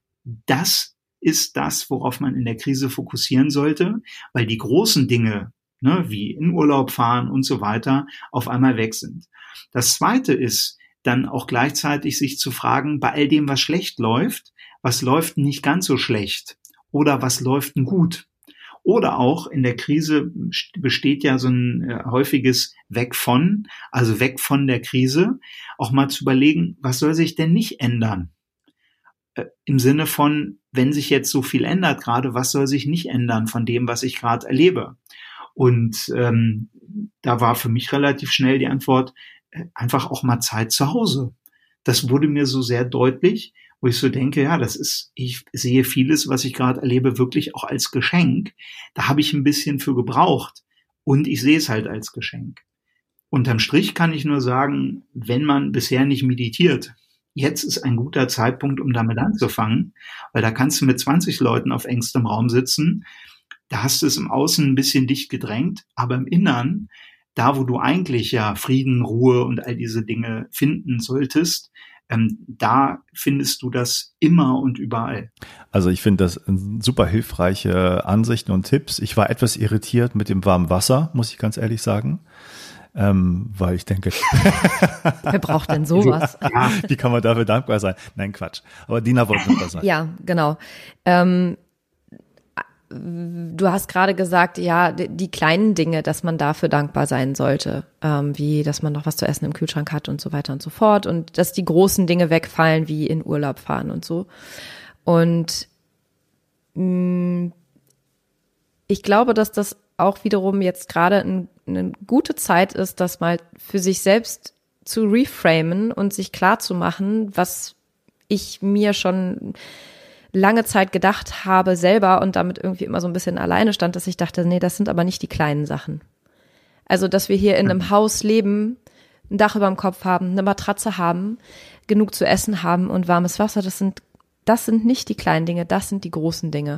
das ist das, worauf man in der Krise fokussieren sollte, weil die großen Dinge, ne, wie in Urlaub fahren und so weiter, auf einmal weg sind. Das zweite ist, dann auch gleichzeitig sich zu fragen, bei all dem, was schlecht läuft, was läuft nicht ganz so schlecht oder was läuft denn gut? Oder auch in der Krise besteht ja so ein äh, häufiges Weg von, also weg von der Krise, auch mal zu überlegen, was soll sich denn nicht ändern? äh, im Sinne von, wenn sich jetzt so viel ändert gerade, was soll sich nicht ändern von dem, was ich gerade erlebe? Und ähm, da war für mich relativ schnell die Antwort, äh, einfach auch mal Zeit zu Hause. Das wurde mir so sehr deutlich, wo ich so denke, ja, das ist, ich sehe vieles, was ich gerade erlebe, wirklich auch als Geschenk. Da habe ich ein bisschen für gebraucht und ich sehe es halt als Geschenk. Unterm Strich kann ich nur sagen, wenn man bisher nicht meditiert, jetzt ist ein guter Zeitpunkt, um damit anzufangen, weil da kannst du mit zwanzig Leuten auf engstem Raum sitzen. Da hast du es im Außen ein bisschen dicht gedrängt, aber im Innern, da wo du eigentlich ja Frieden, Ruhe und all diese Dinge finden solltest, ähm, da findest du das immer und überall. Also ich finde das super hilfreiche Ansichten und Tipps. Ich war etwas irritiert mit dem warmen Wasser, muss ich ganz ehrlich sagen. Ähm, weil ich denke, wer braucht denn sowas? Ja, wie kann man dafür dankbar sein? Nein, Quatsch. Aber Dina wollte dankbar sein. Ja, genau. Ähm, du hast gerade gesagt, ja, die kleinen Dinge, dass man dafür dankbar sein sollte, ähm, wie, dass man noch was zu essen im Kühlschrank hat und so weiter und so fort und dass die großen Dinge wegfallen, wie in Urlaub fahren und so. Und mh, ich glaube, dass das auch wiederum jetzt gerade ein, eine gute Zeit ist, das mal für sich selbst zu reframen und sich klar zu machen, was ich mir schon lange Zeit gedacht habe selber und damit irgendwie immer so ein bisschen alleine stand, dass ich dachte, nee, das sind aber nicht die kleinen Sachen. Also, dass wir hier in einem Haus leben, ein Dach über dem Kopf haben, eine Matratze haben, genug zu essen haben und warmes Wasser, das sind, das sind nicht die kleinen Dinge, das sind die großen Dinge.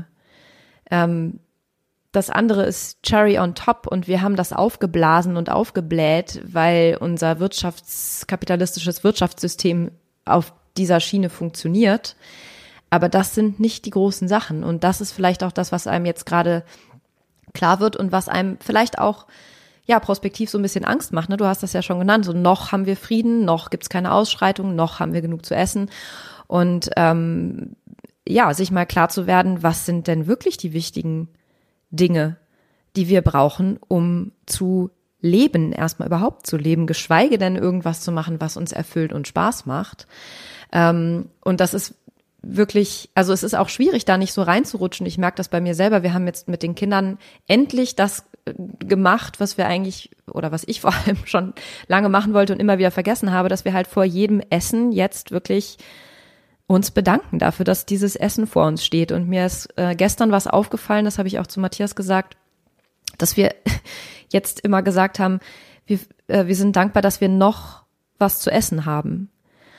Ähm, Das andere ist Cherry on top und wir haben das aufgeblasen und aufgebläht, weil unser wirtschafts-, kapitalistisches Wirtschaftssystem auf dieser Schiene funktioniert. Aber das sind nicht die großen Sachen und das ist vielleicht auch das, was einem jetzt gerade klar wird und was einem vielleicht auch ja prospektiv so ein bisschen Angst macht. Ne? Du hast das ja schon genannt, so noch haben wir Frieden, noch gibt's keine Ausschreitungen, noch haben wir genug zu essen und ähm, ja, sich mal klar zu werden, was sind denn wirklich die wichtigen Dinge, die wir brauchen, um zu leben, erstmal überhaupt zu leben, geschweige denn irgendwas zu machen, was uns erfüllt und Spaß macht. Ähm, und das ist wirklich, also es ist auch schwierig, da nicht so reinzurutschen. Ich merke das bei mir selber. Wir haben jetzt mit den Kindern endlich das gemacht, was wir eigentlich, oder was ich vor allem schon lange machen wollte und immer wieder vergessen habe, dass wir halt vor jedem Essen jetzt wirklich uns bedanken dafür, dass dieses Essen vor uns steht. Und mir ist äh, gestern was aufgefallen, das habe ich auch zu Matthias gesagt, dass wir jetzt immer gesagt haben, wir, äh, wir sind dankbar, dass wir noch was zu essen haben.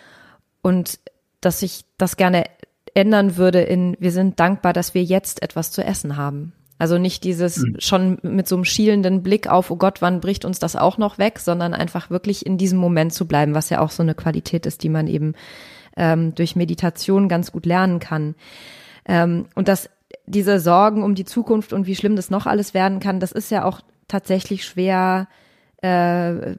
Und dass ich das gerne ändern würde in, wir sind dankbar, dass wir jetzt etwas zu essen haben. Also nicht dieses mhm. schon mit so einem schielenden Blick auf, oh Gott, wann bricht uns das auch noch weg, sondern einfach wirklich in diesem Moment zu bleiben, was ja auch so eine Qualität ist, die man eben ähm, durch Meditation ganz gut lernen kann. Ähm, und dass diese Sorgen um die Zukunft und wie schlimm das noch alles werden kann, das ist ja auch tatsächlich schwer, äh,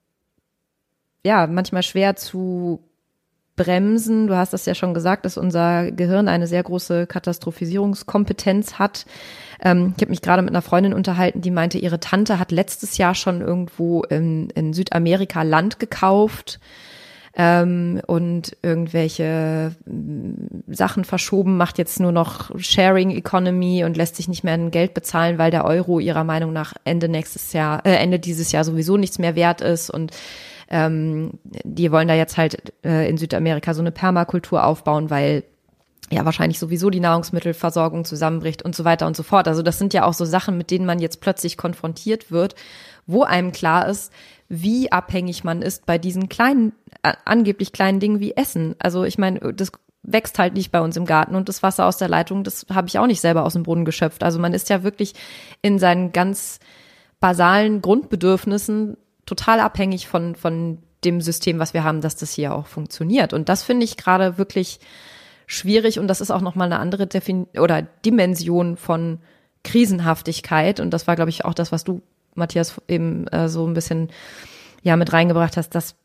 ja, manchmal schwer zu bremsen. Du hast das ja schon gesagt, dass unser Gehirn eine sehr große Katastrophisierungskompetenz hat. Ähm, ich habe mich gerade mit einer Freundin unterhalten, die meinte, ihre Tante hat letztes Jahr schon irgendwo in, in Südamerika Land gekauft ähm, und irgendwelche Sachen verschoben, macht jetzt nur noch Sharing Economy und lässt sich nicht mehr in Geld bezahlen, weil der Euro ihrer Meinung nach Ende nächstes Jahr, äh, Ende dieses Jahr sowieso nichts mehr wert ist und Ähm, die wollen da jetzt halt äh, in Südamerika so eine Permakultur aufbauen, weil ja wahrscheinlich sowieso die Nahrungsmittelversorgung zusammenbricht und so weiter und so fort. Also das sind ja auch so Sachen, mit denen man jetzt plötzlich konfrontiert wird, wo einem klar ist, wie abhängig man ist bei diesen kleinen, äh, angeblich kleinen Dingen wie Essen. Also ich meine, das wächst halt nicht bei uns im Garten und das Wasser aus der Leitung, das habe ich auch nicht selber aus dem Brunnen geschöpft. Also man ist ja wirklich in seinen ganz basalen Grundbedürfnissen total abhängig von von dem System, was wir haben, dass das hier auch funktioniert. Und das finde ich gerade wirklich schwierig und das ist auch nochmal eine andere Defin- oder Dimension von Krisenhaftigkeit. Und das war, glaube ich, auch das, was du, Matthias, eben äh, so ein bisschen ja mit reingebracht hast, dass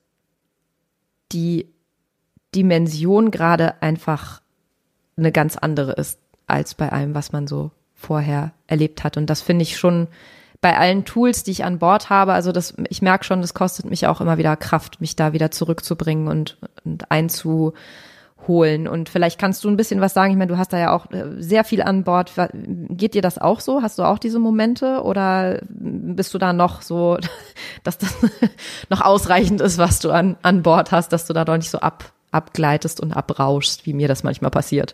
die Dimension gerade einfach eine ganz andere ist als bei allem, was man so vorher erlebt hat. Und das finde ich schon bei allen Tools, die ich an Bord habe, also das, ich merke schon, das kostet mich auch immer wieder Kraft, mich da wieder zurückzubringen und, und einzuholen holen. Und vielleicht kannst du ein bisschen was sagen. Ich meine, du hast da ja auch sehr viel an Bord. Geht dir das auch so? Hast du auch diese Momente oder bist du da noch so, dass das noch ausreichend ist, was du an, an Bord hast, dass du da doch nicht so ab, abgleitest und abrauschst, wie mir das manchmal passiert?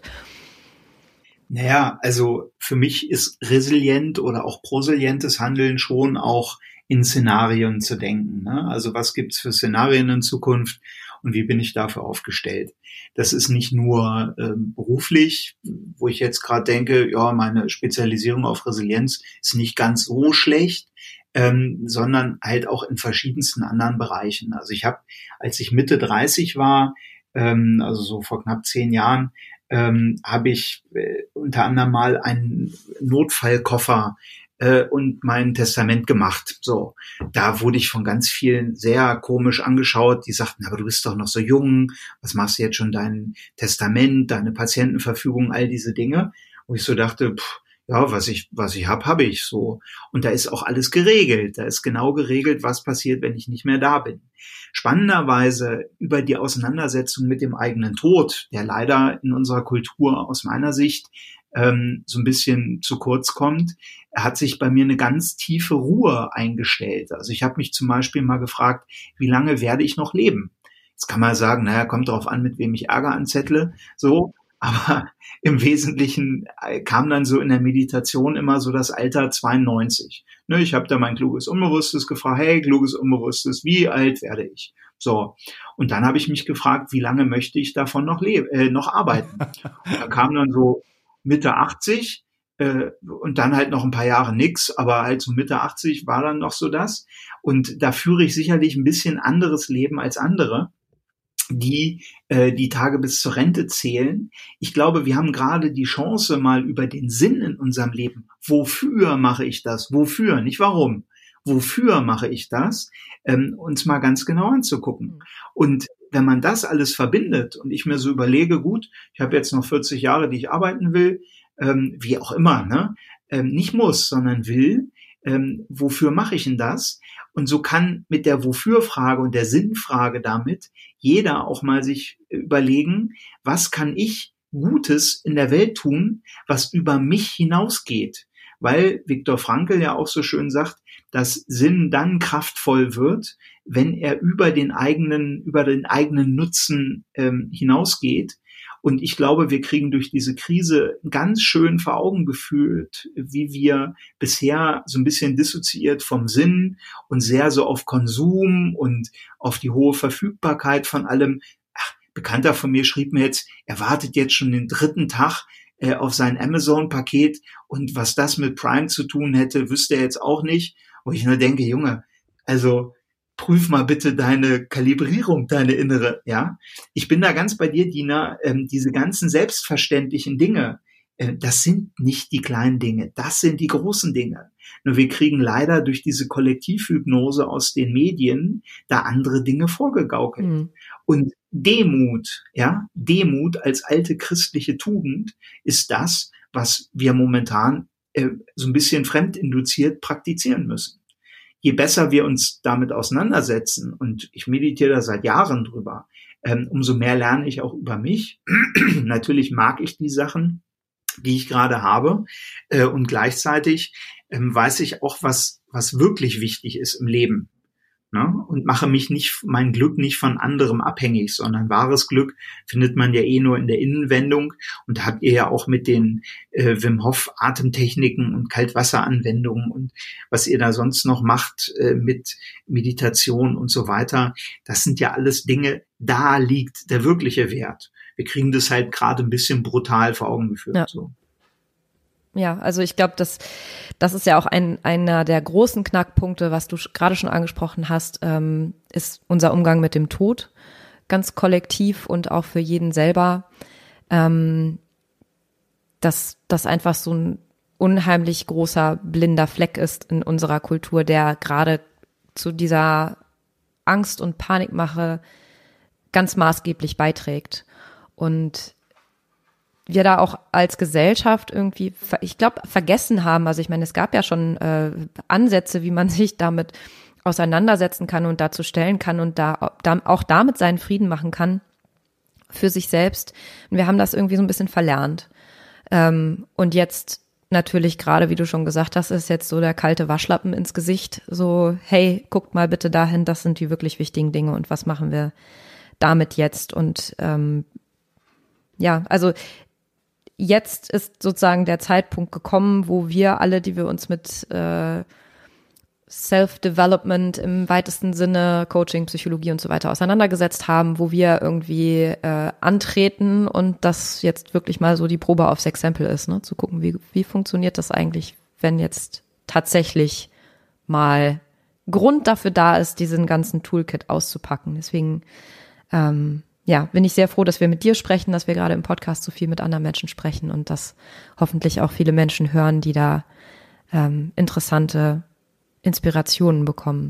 Naja, also für mich ist resilient oder auch prosilientes Handeln schon auch in Szenarien zu denken, ne? Also was gibt's für Szenarien in Zukunft und wie bin ich dafür aufgestellt? Das ist nicht nur ähm, beruflich, wo ich jetzt gerade denke, ja, meine Spezialisierung auf Resilienz ist nicht ganz so schlecht, ähm, sondern halt auch in verschiedensten anderen Bereichen. Also ich habe, als ich Mitte dreißig war, ähm, also so vor knapp zehn Jahren, ähm, habe ich äh, unter anderem mal einen Notfallkoffer äh, und mein Testament gemacht. So, da wurde ich von ganz vielen sehr komisch angeschaut. Die sagten, aber du bist doch noch so jung, was machst du jetzt schon dein Testament, deine Patientenverfügung, all diese Dinge. Wo ich so dachte, pff, ja, was ich was ich hab, habe ich so. Und da ist auch alles geregelt. Da ist genau geregelt, was passiert, wenn ich nicht mehr da bin. Spannenderweise über die Auseinandersetzung mit dem eigenen Tod, der leider in unserer Kultur aus meiner Sicht ähm, so ein bisschen zu kurz kommt, hat sich bei mir eine ganz tiefe Ruhe eingestellt. Also ich habe mich zum Beispiel mal gefragt, wie lange werde ich noch leben? Jetzt kann man sagen, naja, kommt darauf an, mit wem ich Ärger anzettle, so. Aber im Wesentlichen kam dann so in der Meditation immer so das Alter zweiundneunzig. Ne, ich habe da mein kluges Unbewusstes gefragt, hey, kluges Unbewusstes, wie alt werde ich? So, und dann habe ich mich gefragt, wie lange möchte ich davon noch leben, äh, noch arbeiten? Und da kam dann so Mitte achtzig äh, und dann halt noch ein paar Jahre nix, aber halt so Mitte achtzig war dann noch so das. Und da führe ich sicherlich ein bisschen anderes Leben als andere, die äh, die Tage bis zur Rente zählen. Ich glaube, wir haben gerade die Chance, mal über den Sinn in unserem Leben, wofür mache ich das, wofür, nicht warum, wofür mache ich das, ähm, uns mal ganz genau anzugucken. Und wenn man das alles verbindet und ich mir so überlege, gut, ich habe jetzt noch vierzig Jahre, die ich arbeiten will, ähm, wie auch immer, ne, ähm, nicht muss, sondern will, ähm, wofür mache ich denn das? Und so kann mit der Wofür-Frage und der Sinnfrage damit jeder auch mal sich überlegen, was kann ich Gutes in der Welt tun, was über mich hinausgeht? Weil Viktor Frankl ja auch so schön sagt, dass Sinn dann kraftvoll wird, wenn er über den eigenen, über den eigenen Nutzen ähm, hinausgeht. Und ich glaube, wir kriegen durch diese Krise ganz schön vor Augen geführt, wie wir bisher so ein bisschen dissoziiert vom Sinn und sehr so auf Konsum und auf die hohe Verfügbarkeit von allem. Ach, Bekannter von mir schrieb mir jetzt, er wartet jetzt schon den dritten Tag äh, auf sein Amazon-Paket und was das mit Prime zu tun hätte, wüsste er jetzt auch nicht. Wo ich nur denke, Junge, also prüf mal bitte deine Kalibrierung, deine innere, ja. Ich bin da ganz bei dir, Dina, ähm, diese ganzen selbstverständlichen Dinge, äh, das sind nicht die kleinen Dinge, das sind die großen Dinge. Nur wir kriegen leider durch diese Kollektivhypnose aus den Medien da andere Dinge vorgegaukelt. Mhm. Und Demut, ja, Demut als alte christliche Tugend ist das, was wir momentan äh, so ein bisschen fremdinduziert praktizieren müssen. Je besser wir uns damit auseinandersetzen, und ich meditiere da seit Jahren drüber, ähm, umso mehr lerne ich auch über mich. Natürlich mag ich die Sachen, die ich gerade habe, äh, und gleichzeitig ähm, weiß ich auch, was was wirklich wichtig ist im Leben. Ne? Und mache mich nicht, mein Glück nicht von anderem abhängig, sondern wahres Glück findet man ja eh nur in der Innenwendung. Und da habt ihr ja auch mit den äh, Wim Hof Atemtechniken und Kaltwasseranwendungen und was ihr da sonst noch macht äh, mit Meditation und so weiter. Das sind ja alles Dinge, da liegt der wirkliche Wert. Wir kriegen das halt gerade ein bisschen brutal vor Augen geführt. Ja. So. Ja, also ich glaube, das, das ist ja auch ein, einer der großen Knackpunkte, was du gerade schon angesprochen hast, ähm, ist unser Umgang mit dem Tod, ganz kollektiv und auch für jeden selber, ähm, dass das einfach so ein unheimlich großer blinder Fleck ist in unserer Kultur, der gerade zu dieser Angst- und Panikmache ganz maßgeblich beiträgt. Und wir da auch als Gesellschaft irgendwie, ich glaube, vergessen haben. Also ich meine, es gab ja schon äh, Ansätze, wie man sich damit auseinandersetzen kann und dazu stellen kann und da, da auch damit seinen Frieden machen kann. für sich selbst. Und wir haben das irgendwie so ein bisschen verlernt. Ähm, und jetzt natürlich gerade, wie du schon gesagt hast, ist jetzt so der kalte Waschlappen ins Gesicht. So, hey, guckt mal bitte dahin, das sind die wirklich wichtigen Dinge und was machen wir damit jetzt? Und ähm, ja, also jetzt ist sozusagen der Zeitpunkt gekommen, wo wir alle, die wir uns mit äh, Self-Development im weitesten Sinne, Coaching, Psychologie und so weiter auseinandergesetzt haben, wo wir irgendwie äh, antreten und das jetzt wirklich mal so die Probe aufs Exempel ist, ne? Zu gucken, wie, wie funktioniert das eigentlich, wenn jetzt tatsächlich mal Grund dafür da ist, diesen ganzen Toolkit auszupacken. Deswegen ähm, ja, bin ich sehr froh, dass wir mit dir sprechen, dass wir gerade im Podcast so viel mit anderen Menschen sprechen und dass hoffentlich auch viele Menschen hören, die da ähm, interessante Inspirationen bekommen.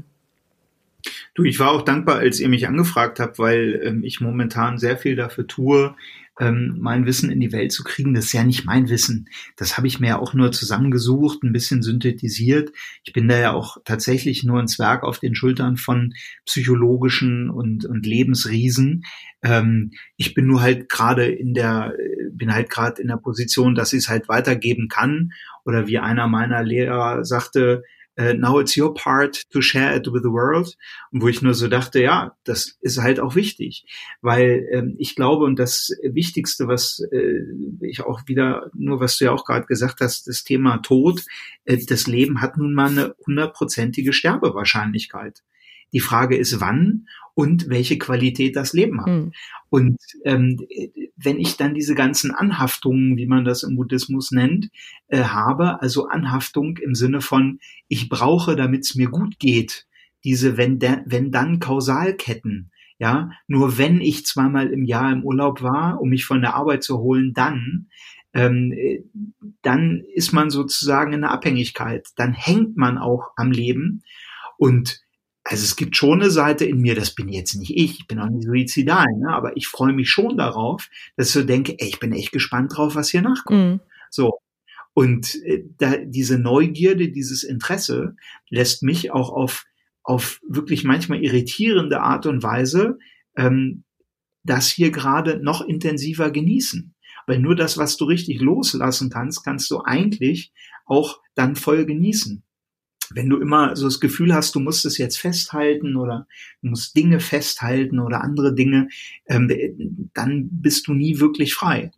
Du, ich war auch dankbar, als ihr mich angefragt habt, weil ähm, ich momentan sehr viel dafür tue, ähm, mein Wissen in die Welt zu kriegen. Das ist ja nicht mein Wissen. Das habe ich mir ja auch nur zusammengesucht, ein bisschen synthetisiert. Ich bin da ja auch tatsächlich nur ein Zwerg auf den Schultern von psychologischen und, und Lebensriesen. Ähm, ich bin nur halt gerade in der, bin halt gerade in der Position, dass ich es halt weitergeben kann. Oder wie einer meiner Lehrer sagte, Uh, now it's your part to share it with the world. Und wo ich nur so dachte, ja, das ist halt auch wichtig, weil ähm, ich glaube, und das Wichtigste, was äh, ich auch wieder, nur was du ja auch gerade gesagt hast, das Thema Tod, äh, das Leben hat nun mal eine hundertprozentige Sterbewahrscheinlichkeit. Die Frage ist, wann und welche Qualität das Leben hat. Mhm. Und ähm, wenn ich dann diese ganzen Anhaftungen, wie man das im Buddhismus nennt, äh, habe, also Anhaftung im Sinne von, ich brauche, damit es mir gut geht, diese wenn, de- wenn dann Kausalketten, ja, nur wenn ich zweimal im Jahr im Urlaub war, um mich von der Arbeit zu holen, dann ähm, dann ist man sozusagen in der Abhängigkeit, dann hängt man auch am Leben. Und also es gibt schon eine Seite in mir, das bin jetzt nicht ich, ich bin auch nicht suizidal, ne? Aber ich freue mich schon darauf, dass ich so denke, ey, ich bin echt gespannt drauf, was hier nachkommt. Mhm. So. Und äh, da, diese Neugierde, dieses Interesse lässt mich auch auf, auf wirklich manchmal irritierende Art und Weise ähm, das hier gerade noch intensiver genießen. Weil nur das, was du richtig loslassen kannst, kannst du eigentlich auch dann voll genießen. Wenn du immer so das Gefühl hast, du musst es jetzt festhalten oder du musst Dinge festhalten oder andere Dinge, ähm, dann bist du nie wirklich frei.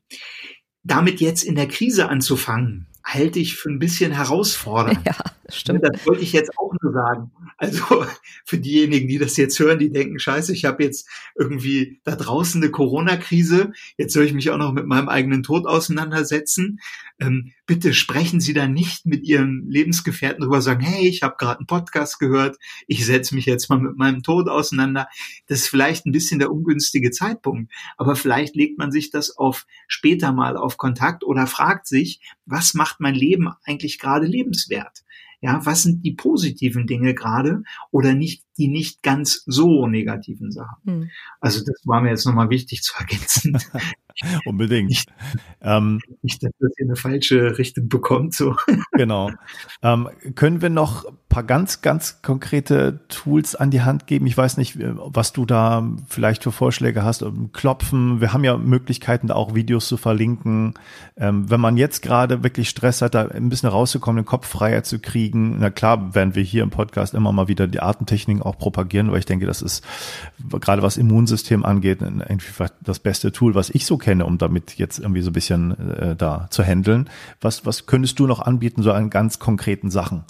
Damit jetzt in der Krise anzufangen, halte ich für ein bisschen herausfordernd. Ja, stimmt. Das wollte ich jetzt auch nur sagen. Also für diejenigen, die das jetzt hören, die denken, scheiße, ich habe jetzt irgendwie da draußen eine Corona-Krise, jetzt soll ich mich auch noch mit meinem eigenen Tod auseinandersetzen. Ähm, bitte sprechen Sie da nicht mit Ihren Lebensgefährten drüber, sagen, hey, ich habe gerade einen Podcast gehört, ich setze mich jetzt mal mit meinem Tod auseinander. Das ist vielleicht ein bisschen der ungünstige Zeitpunkt, aber vielleicht legt man sich das auf später mal auf Kontakt oder fragt sich, was macht mein Leben eigentlich gerade lebenswert? Ja, was sind die positiven Dinge gerade oder nicht die nicht ganz so negativen Sachen? Hm. Also das war mir jetzt nochmal wichtig zu ergänzen. Unbedingt. Nicht, ähm, nicht, dass das hier eine falsche Richtung bekommt. So. Genau. Ähm, können wir noch ein paar ganz, ganz konkrete Tools an die Hand geben? Ich weiß nicht, was du da vielleicht für Vorschläge hast. Klopfen. Wir haben ja Möglichkeiten, da auch Videos zu verlinken. Ähm, wenn man jetzt gerade wirklich Stress hat, da ein bisschen rauszukommen, den Kopf freier zu kriegen. Na klar, werden wir hier im Podcast immer mal wieder die Atemtechniken auch propagieren, weil ich denke, das ist gerade was Immunsystem angeht, irgendwie das beste Tool, was ich so kenne, um damit jetzt irgendwie so ein bisschen äh, da zu handeln. Was, was könntest du noch anbieten, so an ganz konkreten Sachen?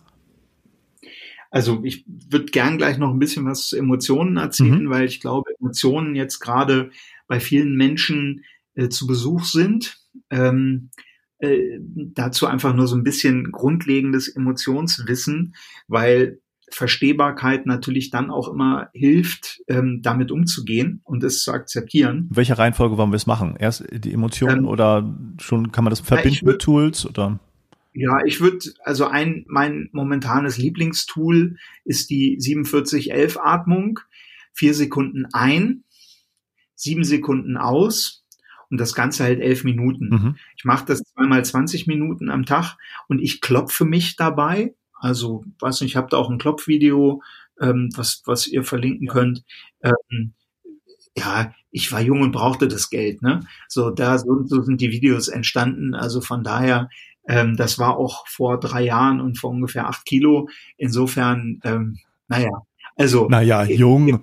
Also ich würde gern gleich noch ein bisschen was zu Emotionen erzählen, mhm. weil ich glaube, Emotionen jetzt gerade bei vielen Menschen äh, zu Besuch sind. Ähm, äh, dazu einfach nur so ein bisschen grundlegendes Emotionswissen, weil Verstehbarkeit natürlich dann auch immer hilft, ähm, damit umzugehen und es zu akzeptieren. In welcher Reihenfolge wollen wir es machen? Erst die Emotionen ähm, oder schon kann man das verbinden würd, mit Tools oder? Ja, ich würde, also ein, mein momentanes Lieblingstool ist die siebenundvierzig elf Atmung. Vier Sekunden ein, sieben Sekunden aus und das Ganze halt elf Minuten. Mhm. Ich mache das zweimal zwanzig Minuten am Tag und ich klopfe mich dabei. Also, weiß nicht, ich habe da auch ein Klopfvideo, ähm, was was ihr verlinken ja. könnt. Ähm, ja, ich war jung und brauchte das Geld, ne? So, da so, so sind die Videos entstanden. Also von daher, ähm, das war auch vor drei Jahren und vor ungefähr acht Kilo. Insofern, ähm, naja, also. Naja, jung.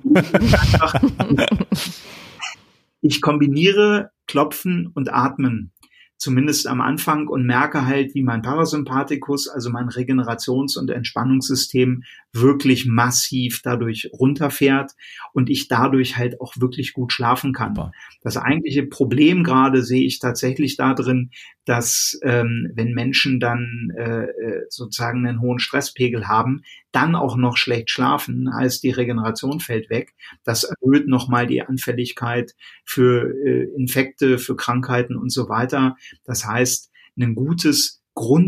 Ich kombiniere Klopfen und Atmen, zumindest am Anfang, und merke halt, wie mein Parasympathikus, also mein Regenerations- und Entspannungssystem, wirklich massiv dadurch runterfährt und ich dadurch halt auch wirklich gut schlafen kann. Das eigentliche Problem gerade sehe ich tatsächlich darin, dass ähm, wenn Menschen dann äh, sozusagen einen hohen Stresspegel haben, dann auch noch schlecht schlafen, heißt die Regeneration fällt weg. Das erhöht nochmal die Anfälligkeit für äh, Infekte, für Krankheiten und so weiter. Das heißt, ein gutes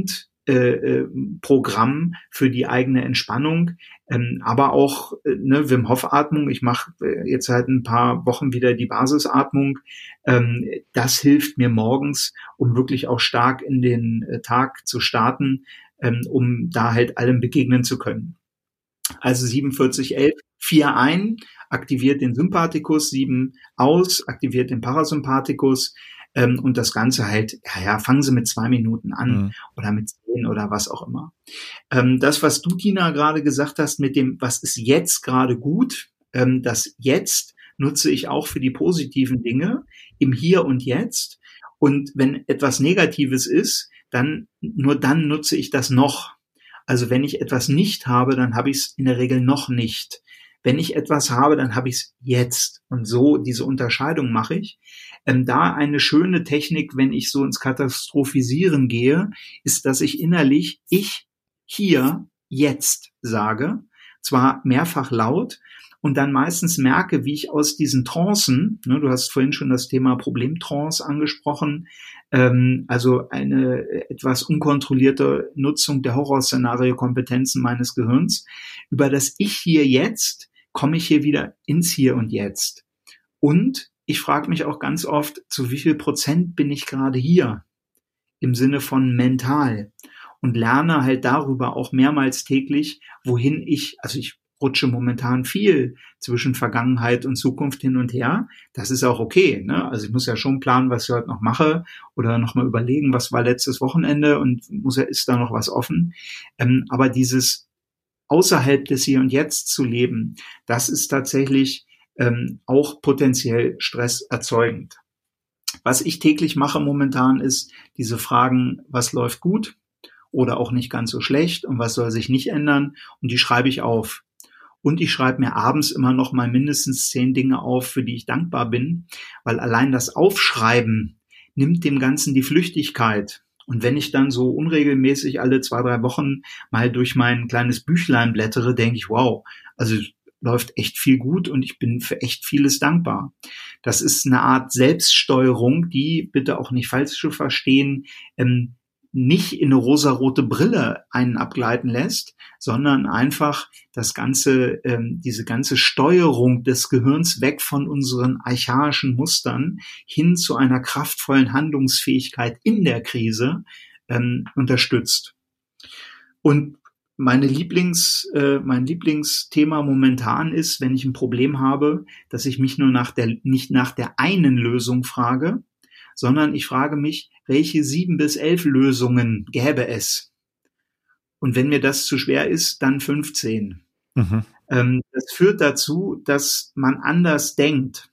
Grundprogramm äh, für die eigene Entspannung, ähm, aber auch äh, ne, Wim Hof Atmung. Ich mache äh, jetzt seit ein paar Wochen wieder die Basisatmung. Ähm, das hilft mir morgens, um wirklich auch stark in den äh, Tag zu starten, ähm, um da halt allem begegnen zu können. Also siebenundvierzig elf, vier ein, aktiviert den Sympathikus, sieben aus, aktiviert den Parasympathikus. Ähm, und das Ganze halt, ja, ja, fangen Sie mit zwei Minuten an mhm. oder mit zehn oder was auch immer. Ähm, das, was du, Tina, gerade gesagt hast mit dem, was ist jetzt gerade gut, ähm, das Jetzt nutze ich auch für die positiven Dinge im Hier und Jetzt. Und wenn etwas Negatives ist, dann, nur dann nutze ich das noch. Also wenn ich etwas nicht habe, dann habe ich es in der Regel noch nicht. Wenn ich etwas habe, dann habe ich es jetzt. Und so, diese Unterscheidung mache ich. Ähm, da eine schöne Technik, wenn ich so ins Katastrophisieren gehe, ist, dass ich innerlich ich hier jetzt sage, zwar mehrfach laut, und dann meistens merke, wie ich aus diesen Trancen, ne, du hast vorhin schon das Thema Problemtrance angesprochen, ähm, also eine etwas unkontrollierte Nutzung der Horrorszenario-Kompetenzen meines Gehirns, über das Ich hier jetzt komme ich hier wieder ins Hier und Jetzt. Und ich frage mich auch ganz oft, zu wie viel Prozent bin ich gerade hier im Sinne von mental, und lerne halt darüber auch mehrmals täglich, wohin ich, also ich rutsche momentan viel zwischen Vergangenheit und Zukunft hin und her. Das ist auch okay, ne? Also ich muss ja schon planen, was ich heute noch mache, oder noch mal überlegen, was war letztes Wochenende und muss ja, ist da noch was offen. Ähm, aber dieses außerhalb des Hier und Jetzt zu leben, das ist tatsächlich ähm, auch potenziell stresserzeugend. Was ich täglich mache momentan ist diese Fragen, was läuft gut oder auch nicht ganz so schlecht und was soll sich nicht ändern, und die schreibe ich auf. Und ich schreibe mir abends immer noch mal mindestens zehn Dinge auf, für die ich dankbar bin, weil allein das Aufschreiben nimmt dem Ganzen die Flüchtigkeit. Und wenn ich dann so unregelmäßig alle zwei, drei Wochen mal durch mein kleines Büchlein blättere, denke ich, wow, also läuft echt viel gut und ich bin für echt vieles dankbar. Das ist eine Art Selbststeuerung, die, bitte auch nicht falsch zu verstehen, ähm, nicht in eine rosarote Brille einen abgleiten lässt, sondern einfach das ganze, ähm, diese ganze Steuerung des Gehirns weg von unseren archaischen Mustern hin zu einer kraftvollen Handlungsfähigkeit in der Krise ähm, unterstützt. Und meine Lieblings, äh, mein Lieblingsthema momentan ist, wenn ich ein Problem habe, dass ich mich nur nach der, nicht nach der einen Lösung frage, sondern ich frage mich, welche sieben bis elf Lösungen gäbe es? Und wenn mir das zu schwer ist, dann fünfzehn. Mhm. Ähm, das führt dazu, dass man anders denkt.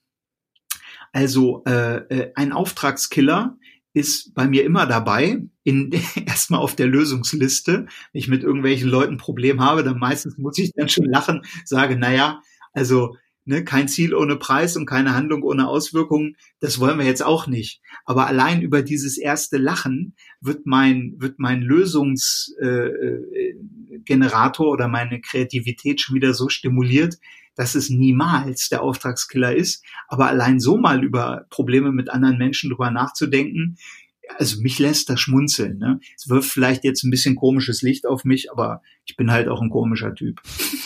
Also äh, ein Auftragskiller ist bei mir immer dabei, in, erstmal auf der Lösungsliste. Wenn ich mit irgendwelchen Leuten ein Problem habe, dann meistens muss ich dann schon lachen, sage, naja, also ne, kein Ziel ohne Preis und keine Handlung ohne Auswirkungen, das wollen wir jetzt auch nicht. Aber allein über dieses erste Lachen wird mein wird mein Lösungsgenerator äh, oder meine Kreativität schon wieder so stimuliert, dass es niemals der Auftragskiller ist. Aber allein so mal über Probleme mit anderen Menschen drüber nachzudenken, also mich lässt das schmunzeln. Ne? Es wirft vielleicht jetzt ein bisschen komisches Licht auf mich, aber ich bin halt auch ein komischer Typ.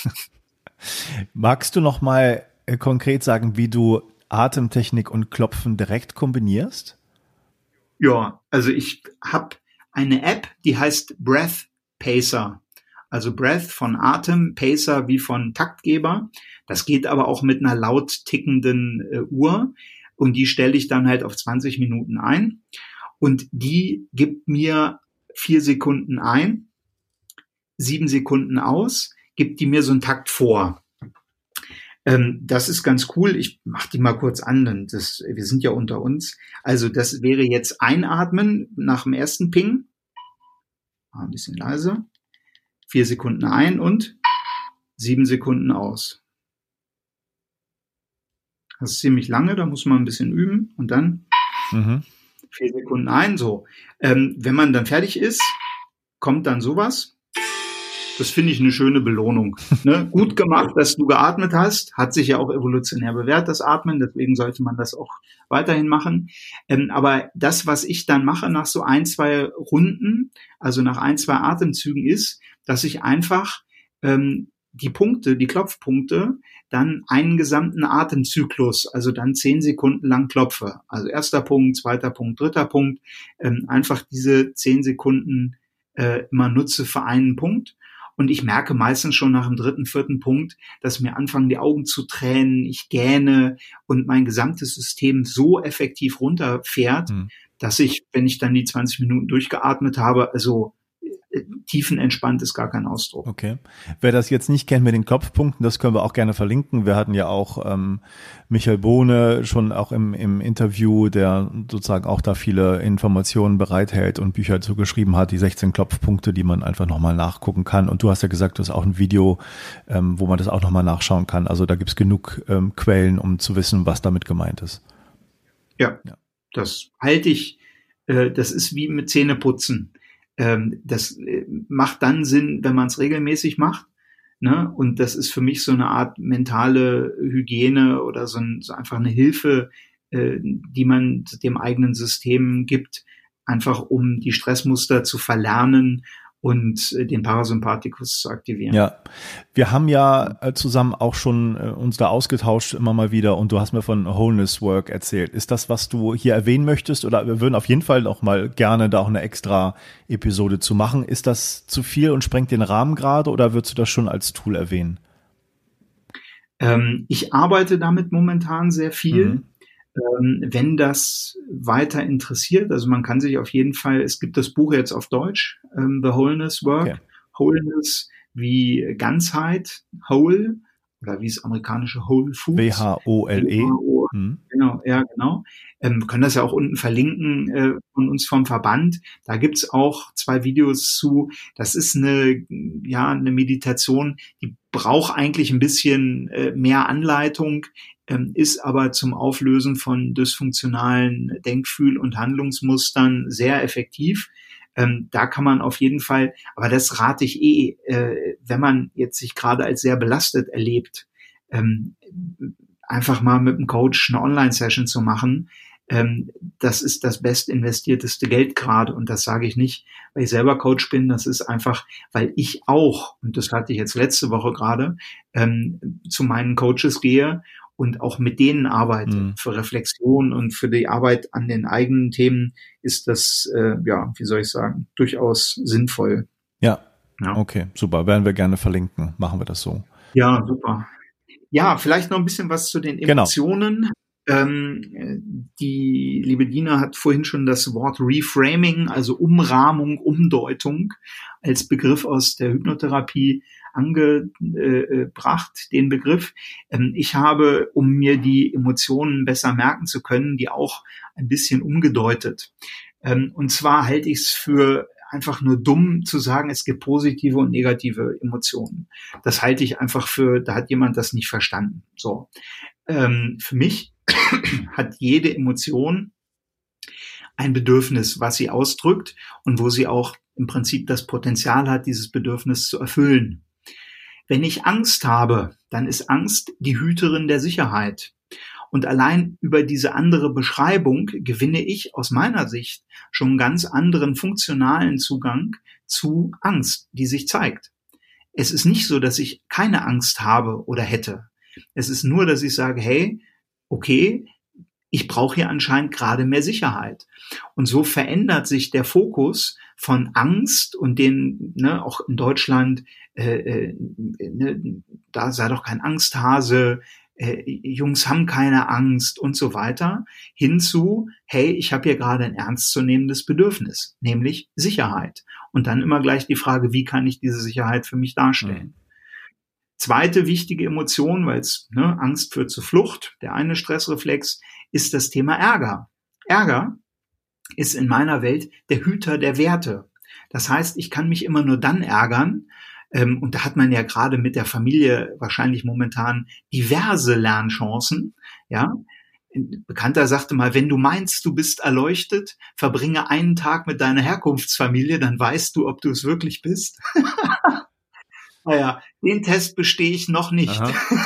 Magst du noch mal äh, konkret sagen, wie du Atemtechnik und Klopfen direkt kombinierst? Ja, also ich habe eine App, die heißt Breath Pacer. Also Breath von Atem, Pacer wie von Taktgeber. Das geht aber auch mit einer laut tickenden äh, Uhr und die stelle ich dann halt auf zwanzig Minuten ein und die gibt mir vier Sekunden ein, sieben Sekunden aus, gibt die mir so einen Takt vor. Ähm, das ist ganz cool. Ich mache die mal kurz an. Das, wir sind ja unter uns. Also das wäre jetzt Einatmen nach dem ersten Ping. Ein bisschen leise. Vier Sekunden ein und sieben Sekunden aus. Das ist ziemlich lange, da muss man ein bisschen üben. Und dann mhm. vier Sekunden ein. So, ähm, wenn man dann fertig ist, kommt dann sowas. Das finde ich eine schöne Belohnung. Ne? Gut gemacht, dass du geatmet hast. Hat sich ja auch evolutionär bewährt, das Atmen. Deswegen sollte man das auch weiterhin machen. Ähm, aber das, was ich dann mache nach so ein, zwei Runden, also nach ein, zwei Atemzügen ist, dass ich einfach ähm, die Punkte, die Klopfpunkte, dann einen gesamten Atemzyklus, also dann zehn Sekunden lang klopfe. Also erster Punkt, zweiter Punkt, dritter Punkt. Ähm, einfach diese zehn Sekunden äh, immer nutze für einen Punkt. Und ich merke meistens schon nach dem dritten, vierten Punkt, dass mir anfangen, die Augen zu tränen, ich gähne und mein gesamtes System so effektiv runterfährt, hm. dass ich, wenn ich dann die zwanzig Minuten durchgeatmet habe, also äh, tiefenentspannt ist gar kein Ausdruck. Okay. Wer das jetzt nicht kennt mit den Klopfpunkten, das können wir auch gerne verlinken. Wir hatten ja auch ähm, Michael Bohne schon auch im, im Interview, der sozusagen auch da viele Informationen bereithält und Bücher dazu geschrieben hat, die sechzehn Klopfpunkte, die man einfach nochmal nachgucken kann. Und du hast ja gesagt, du hast auch ein Video, ähm, wo man das auch nochmal nachschauen kann. Also da gibt es genug ähm, Quellen, um zu wissen, was damit gemeint ist. Ja, ja. Das halte ich, äh, das ist wie mit Zähneputzen. Das macht dann Sinn, wenn man es regelmäßig macht, ne? Und das ist für mich so eine Art mentale Hygiene oder so, ein, so einfach eine Hilfe, äh, die man dem eigenen System gibt, einfach um die Stressmuster zu verlernen und äh, den Parasympathikus zu aktivieren. Ja, wir haben ja äh, zusammen auch schon äh, uns da ausgetauscht immer mal wieder und du hast mir von Wholeness Work erzählt. Ist das, was du hier erwähnen möchtest, oder wir würden auf jeden Fall auch mal gerne da auch eine extra Episode zu machen. Ist das zu viel und sprengt den Rahmen gerade, oder würdest du das schon als Tool erwähnen? Ähm, ich arbeite damit momentan sehr viel. Mhm. Wenn das weiter interessiert, also man kann sich auf jeden Fall, es gibt das Buch jetzt auf Deutsch, ähm, The Wholeness Work, okay. Wholeness wie Ganzheit, Whole, oder wie es amerikanische Whole Foods. W H O L E. Mhm. Genau, ja, genau. Ähm, wir können das ja auch unten verlinken äh, von uns vom Verband. Da gibt's auch zwei Videos zu. Das ist eine, ja, eine Meditation, die braucht eigentlich ein bisschen äh, mehr Anleitung, ähm, ist aber zum Auflösen von dysfunktionalen Denkfühl- und Handlungsmustern sehr effektiv. Ähm, da kann man auf jeden Fall, aber das rate ich eh, äh, wenn man jetzt sich gerade als sehr belastet erlebt, ähm, einfach mal mit einem Coach eine Online-Session zu machen. Ähm, das ist das best investierteste Geld gerade. Und das sage ich nicht, weil ich selber Coach bin. Das ist einfach, weil ich auch, und das hatte ich jetzt letzte Woche gerade, ähm, zu meinen Coaches gehe und auch mit denen arbeite. Mhm. Für Reflexion und für die Arbeit an den eigenen Themen ist das, äh, ja, wie soll ich sagen, durchaus sinnvoll. Ja, ja. Okay, super. Werden wir gerne verlinken. Machen wir das so. Ja, super. Ja, vielleicht noch ein bisschen was zu den Emotionen. Genau. Ähm, die liebe Dina hat vorhin schon das Wort Reframing, also Umrahmung, Umdeutung, als Begriff aus der Hypnotherapie angebracht, den Begriff. Ähm, ich habe, um mir die Emotionen besser merken zu können, die auch ein bisschen umgedeutet. Ähm, und zwar halte ich es für einfach nur dumm zu sagen, es gibt positive und negative Emotionen. Das halte ich einfach für, da hat jemand das nicht verstanden. So, ähm, für mich hat jede Emotion ein Bedürfnis, was sie ausdrückt und wo sie auch im Prinzip das Potenzial hat, dieses Bedürfnis zu erfüllen. Wenn ich Angst habe, dann ist Angst die Hüterin der Sicherheit. Und allein über diese andere Beschreibung gewinne ich aus meiner Sicht schon einen ganz anderen funktionalen Zugang zu Angst, die sich zeigt. Es ist nicht so, dass ich keine Angst habe oder hätte. Es ist nur, dass ich sage, hey, okay, ich brauche hier anscheinend gerade mehr Sicherheit. Und so verändert sich der Fokus von Angst und den, ne, auch in Deutschland, äh, äh, ne, da sei doch kein Angsthase, äh, Jungs haben keine Angst und so weiter, hinzu, hey, ich habe hier gerade ein ernstzunehmendes Bedürfnis, nämlich Sicherheit. Und dann immer gleich die Frage, wie kann ich diese Sicherheit für mich darstellen? Mhm. Zweite wichtige Emotion, weil es ne, Angst führt zu Flucht, der eine Stressreflex, ist das Thema Ärger. Ärger ist in meiner Welt der Hüter der Werte. Das heißt, ich kann mich immer nur dann ärgern, ähm, und da hat man ja gerade mit der Familie wahrscheinlich momentan diverse Lernchancen, ja. Ein Bekannter sagte mal, wenn du meinst, du bist erleuchtet, verbringe einen Tag mit deiner Herkunftsfamilie, dann weißt du, ob du es wirklich bist. Naja, den Test bestehe ich noch nicht.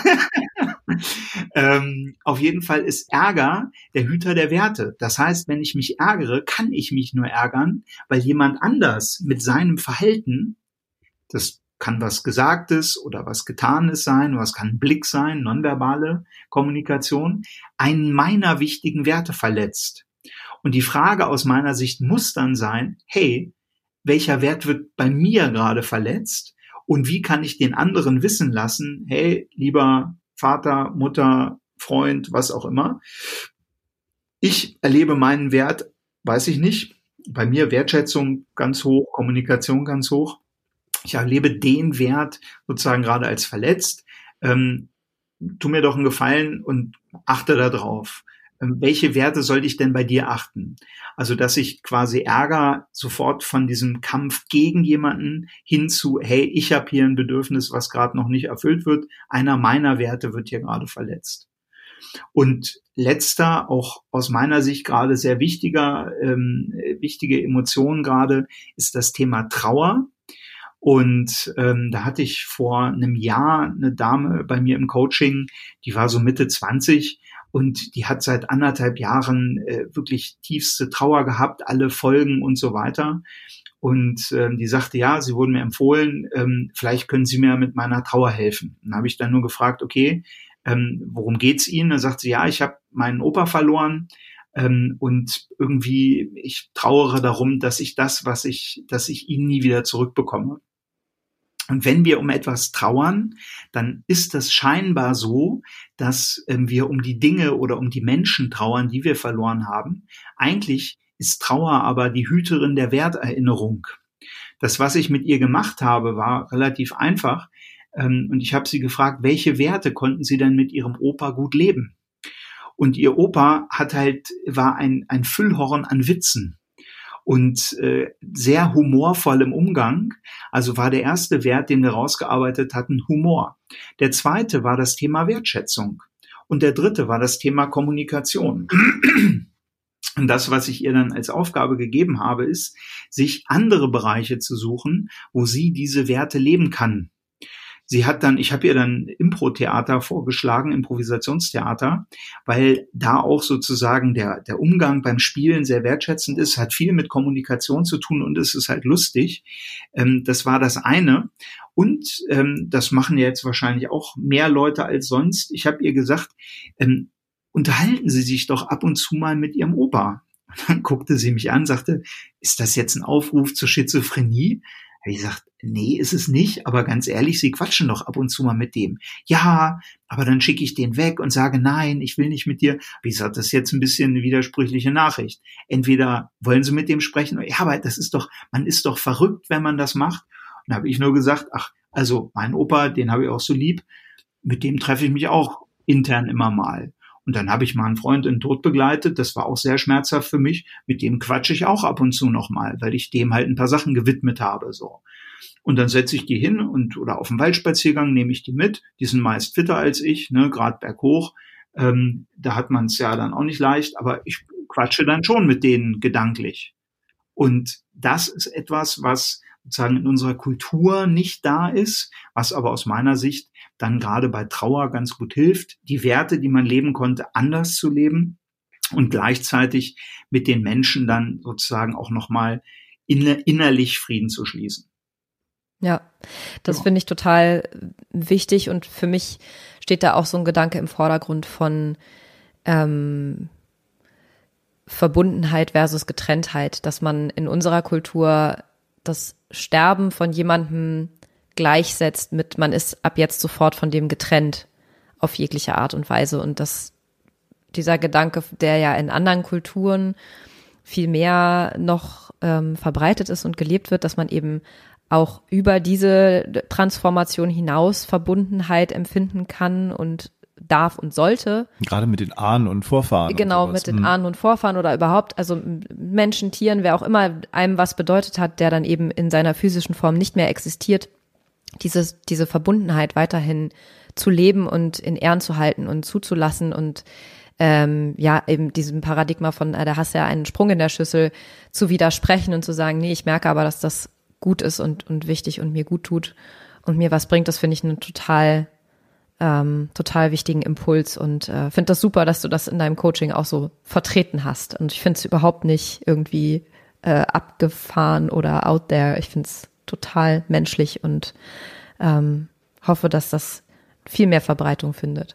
ähm, auf jeden Fall ist Ärger der Hüter der Werte. Das heißt, wenn ich mich ärgere, kann ich mich nur ärgern, weil jemand anders mit seinem Verhalten, das kann was Gesagtes oder was Getanes sein, was kann ein Blick sein, nonverbale Kommunikation, einen meiner wichtigen Werte verletzt. Und die Frage aus meiner Sicht muss dann sein, hey, welcher Wert wird bei mir gerade verletzt? Und wie kann ich den anderen wissen lassen, hey, lieber Vater, Mutter, Freund, was auch immer, ich erlebe meinen Wert, weiß ich nicht, bei mir Wertschätzung ganz hoch, Kommunikation ganz hoch. Ich erlebe den Wert sozusagen gerade als verletzt. Ähm, tu mir doch einen Gefallen und achte da drauf. Welche Werte sollte ich denn bei dir achten? Also, dass ich quasi Ärger sofort von diesem Kampf gegen jemanden hin zu, hey, ich habe hier ein Bedürfnis, was gerade noch nicht erfüllt wird. Einer meiner Werte wird hier gerade verletzt. Und letzter, auch aus meiner Sicht gerade sehr wichtiger, ähm, wichtige Emotion gerade, ist das Thema Trauer. Und ähm, da hatte ich vor einem Jahr eine Dame bei mir im Coaching, die war so Mitte zwanzig und die hat seit anderthalb Jahren äh, wirklich tiefste Trauer gehabt, alle Folgen und so weiter. Und ähm, die sagte, ja, sie wurden mir empfohlen, ähm, vielleicht können Sie mir mit meiner Trauer helfen. Dann habe ich dann nur gefragt, okay, ähm, worum geht's Ihnen? Dann sagt sie, ja, ich habe meinen Opa verloren. Ähm, und irgendwie, ich trauere darum, dass ich das, was ich, dass ich ihn nie wieder zurückbekomme. Und wenn wir um etwas trauern, dann ist das scheinbar so, dass ähm, wir um die Dinge oder um die Menschen trauern, die wir verloren haben. Eigentlich ist Trauer aber die Hüterin der Werterinnerung. Das, was ich mit ihr gemacht habe, war relativ einfach. Ähm, und ich habe sie gefragt, welche Werte konnten sie denn mit ihrem Opa gut leben? Und ihr Opa hat halt, war ein, ein Füllhorn an Witzen und äh, sehr humorvoll im Umgang. Also war der erste Wert, den wir rausgearbeitet hatten, Humor. Der zweite war das Thema Wertschätzung. Und der dritte war das Thema Kommunikation. Und das, was ich ihr dann als Aufgabe gegeben habe, ist, sich andere Bereiche zu suchen, wo sie diese Werte leben kann. Sie hat dann, ich habe ihr dann Impro-Theater vorgeschlagen, Improvisationstheater, weil da auch sozusagen der der Umgang beim Spielen sehr wertschätzend ist, hat viel mit Kommunikation zu tun und es ist halt lustig. Ähm, das war das eine. Und ähm, das machen ja jetzt wahrscheinlich auch mehr Leute als sonst. Ich habe ihr gesagt, ähm, unterhalten Sie sich doch ab und zu mal mit Ihrem Opa. Und dann guckte sie mich an, sagte, ist das jetzt ein Aufruf zur Schizophrenie? Habe ich gesagt, nee, ist es nicht, aber ganz ehrlich, Sie quatschen doch ab und zu mal mit dem. Ja, aber dann schicke ich den weg und sage, nein, ich will nicht mit dir. Wie gesagt, das ist jetzt ein bisschen eine widersprüchliche Nachricht. Entweder wollen Sie mit dem sprechen, ja, aber das ist doch, man ist doch verrückt, wenn man das macht. Und da habe ich nur gesagt, ach, also mein Opa, den habe ich auch so lieb, mit dem treffe ich mich auch intern immer mal. Und dann habe ich mal einen Freund in den Tod begleitet, das war auch sehr schmerzhaft für mich, mit dem quatsche ich auch ab und zu noch mal, weil ich dem halt ein paar Sachen gewidmet habe, so. Und dann setze ich die hin und oder auf dem Waldspaziergang nehme ich die mit, die sind meist fitter als ich, ne, gerade berghoch, ähm, da hat man es ja dann auch nicht leicht, aber ich quatsche dann schon mit denen gedanklich. Und das ist etwas, was sozusagen in unserer Kultur nicht da ist, was aber aus meiner Sicht dann gerade bei Trauer ganz gut hilft, die Werte, die man leben konnte, anders zu leben und gleichzeitig mit den Menschen dann sozusagen auch nochmal innerlich Frieden zu schließen. Ja, das Ja. finde ich total wichtig und für mich steht da auch so ein Gedanke im Vordergrund von, ähm, Verbundenheit versus Getrenntheit, dass man in unserer Kultur das Sterben von jemandem gleichsetzt mit, man ist ab jetzt sofort von dem getrennt auf jegliche Art und Weise. Und dass dieser Gedanke, der ja in anderen Kulturen viel mehr noch ähm, verbreitet ist und gelebt wird, dass man eben auch über diese Transformation hinaus Verbundenheit empfinden kann und darf und sollte. Gerade mit den Ahnen und Vorfahren. Genau, mit den Ahnen und Vorfahren oder überhaupt, also Menschen, Tieren, wer auch immer einem was bedeutet hat, der dann eben in seiner physischen Form nicht mehr existiert, dieses, diese Verbundenheit weiterhin zu leben und in Ehren zu halten und zuzulassen und ähm, ja, eben diesem Paradigma von, äh, da hast du ja einen Sprung in der Schüssel, zu widersprechen und zu sagen, nee, ich merke aber, dass das gut ist und, und wichtig und mir gut tut und mir was bringt, das finde ich einen total Ähm, total wichtigen Impuls und äh, finde das super, dass du das in deinem Coaching auch so vertreten hast. Und ich finde es überhaupt nicht irgendwie äh, abgefahren oder out there. Ich finde es total menschlich und ähm, hoffe, dass das viel mehr Verbreitung findet.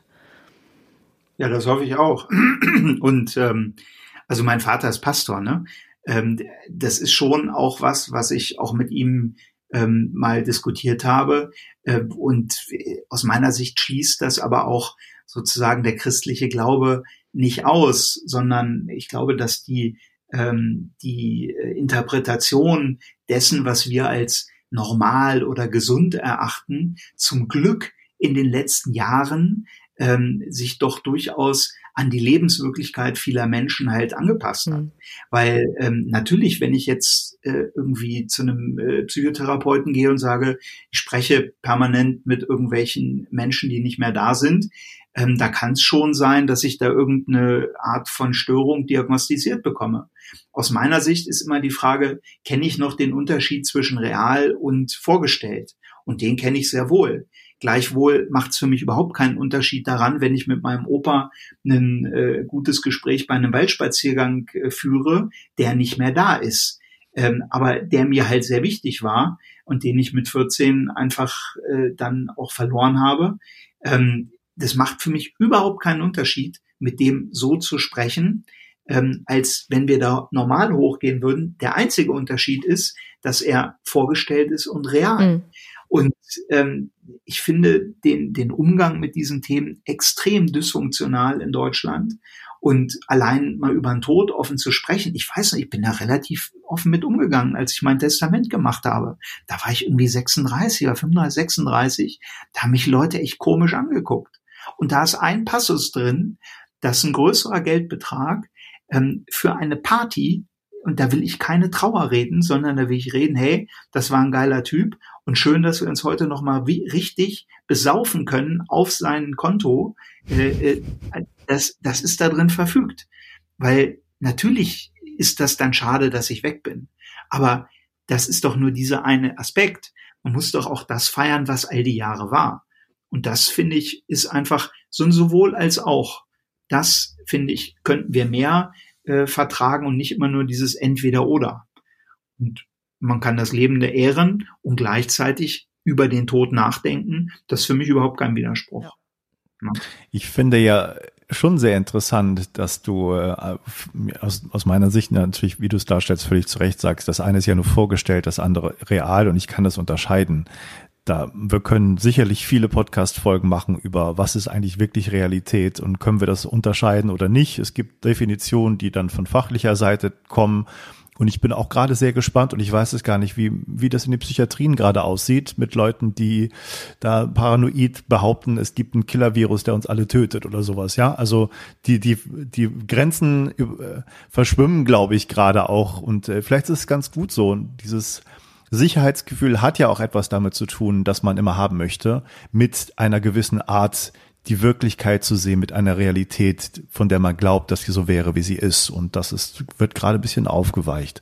Ja, das hoffe ich auch. Und ähm, also mein Vater ist Pastor, ne? Ähm, das ist schon auch was, was ich auch mit ihm ähm, mal diskutiert habe. Äh, und aus meiner Sicht schließt das aber auch sozusagen der christliche Glaube nicht aus, sondern ich glaube, dass die, ähm, die Interpretation dessen, was wir als normal oder gesund erachten, zum Glück in den letzten Jahren ähm, sich doch durchaus an die Lebenswirklichkeit vieler Menschen halt angepasst hat. Mhm. Weil ähm, natürlich, wenn ich jetzt äh, irgendwie zu einem äh, Psychotherapeuten gehe und sage, ich spreche permanent mit irgendwelchen Menschen, die nicht mehr da sind, ähm, da kann es schon sein, dass ich da irgendeine Art von Störung diagnostiziert bekomme. Aus meiner Sicht ist immer die Frage, kenne ich noch den Unterschied zwischen real und vorgestellt? Und den kenne ich sehr wohl. Gleichwohl macht es für mich überhaupt keinen Unterschied daran, wenn ich mit meinem Opa ein äh, gutes Gespräch bei einem Waldspaziergang äh, führe, der nicht mehr da ist, ähm, aber der mir halt sehr wichtig war und den ich mit vierzehn einfach äh, dann auch verloren habe. Ähm, das macht für mich überhaupt keinen Unterschied, mit dem so zu sprechen, ähm, als wenn wir da normal hochgehen würden. Der einzige Unterschied ist, dass er vorgestellt ist und real. Mhm. Und ähm, ich finde den, den Umgang mit diesen Themen extrem dysfunktional in Deutschland. Und allein mal über den Tod offen zu sprechen, ich weiß nicht, ich bin da relativ offen mit umgegangen, als ich mein Testament gemacht habe. Da war ich irgendwie sechsunddreißig oder fünfunddreißig, sechsunddreißig. Da haben mich Leute echt komisch angeguckt. Und da ist ein Passus drin, dass ein größerer Geldbetrag ähm, für eine Party, und da will ich keine Trauer reden, sondern da will ich reden, hey, das war ein geiler Typ und schön, dass wir uns heute nochmal richtig besaufen können auf sein Konto. Äh, das, das ist da drin verfügt. Weil natürlich ist das dann schade, dass ich weg bin. Aber das ist doch nur dieser eine Aspekt. Man muss doch auch das feiern, was all die Jahre war. Und das, finde ich, ist einfach so ein sowohl als auch. Das, finde ich, könnten wir mehr äh, vertragen und nicht immer nur dieses Entweder-Oder. Und man kann das Lebende ehren und gleichzeitig über den Tod nachdenken. Das ist für mich überhaupt kein Widerspruch. Ja. Ja. Ich finde ja schon sehr interessant, dass du äh, aus, aus meiner Sicht natürlich, wie du es darstellst, völlig zu Recht sagst, das eine ist ja nur vorgestellt, das andere real und ich kann das unterscheiden. Da, wir können sicherlich viele Podcast-Folgen machen über, was ist eigentlich wirklich Realität und können wir das unterscheiden oder nicht. Es gibt Definitionen, die dann von fachlicher Seite kommen. Und ich bin auch gerade sehr gespannt und ich weiß es gar nicht, wie wie das in den Psychiatrien gerade aussieht mit Leuten, die da paranoid behaupten, es gibt einen Killer-Virus, der uns alle tötet oder sowas. Ja, also die die die Grenzen äh, verschwimmen, glaube ich, gerade auch. Und äh, vielleicht ist es ganz gut so. Und dieses Sicherheitsgefühl hat ja auch etwas damit zu tun, dass man immer haben möchte, mit einer gewissen Art die Wirklichkeit zu sehen, mit einer Realität, von der man glaubt, dass sie so wäre, wie sie ist. Und das ist, wird gerade ein bisschen aufgeweicht.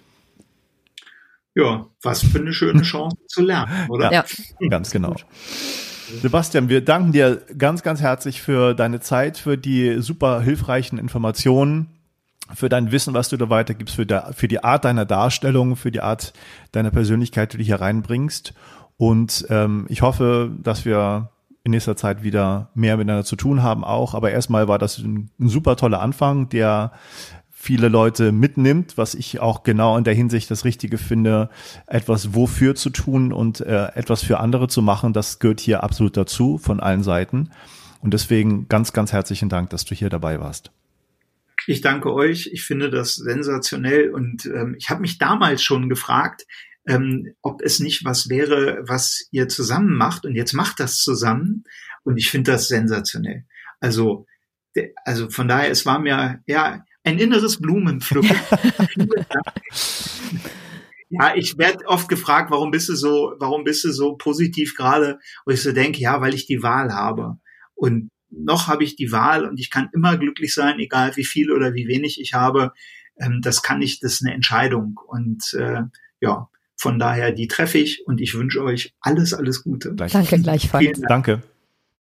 Ja, was für eine schöne Chance zu lernen, oder? Ja, ja. Ganz genau. Sebastian, wir danken dir ganz, ganz herzlich für deine Zeit, für die super hilfreichen Informationen, für dein Wissen, was du da weitergibst, für, der, für die Art deiner Darstellung, für die Art deiner Persönlichkeit, die du hier reinbringst. Und ähm, ich hoffe, dass wir in nächster Zeit wieder mehr miteinander zu tun haben auch. Aber erstmal war das ein, ein super toller Anfang, der viele Leute mitnimmt, was ich auch genau in der Hinsicht das Richtige finde, etwas wofür zu tun und äh, etwas für andere zu machen. Das gehört hier absolut dazu von allen Seiten. Und deswegen ganz, ganz herzlichen Dank, dass du hier dabei warst. Ich danke euch. Ich finde das sensationell und ähm, ich habe mich damals schon gefragt, ähm, ob es nicht was wäre, was ihr zusammen macht, und jetzt macht das zusammen und ich finde das sensationell. Also, de, also von daher, es war mir ja ein inneres Blumenpflücken. Ja, ich werde oft gefragt, warum bist du so, warum bist du so positiv gerade? Und ich so denke, ja, weil ich die Wahl habe. Und noch habe ich die Wahl und ich kann immer glücklich sein, egal wie viel oder wie wenig ich habe. Ähm, das kann ich, das ist eine Entscheidung. Und äh, ja, von daher, die treffe ich und ich wünsche euch alles, alles Gute. Danke, gleichfalls. Danke.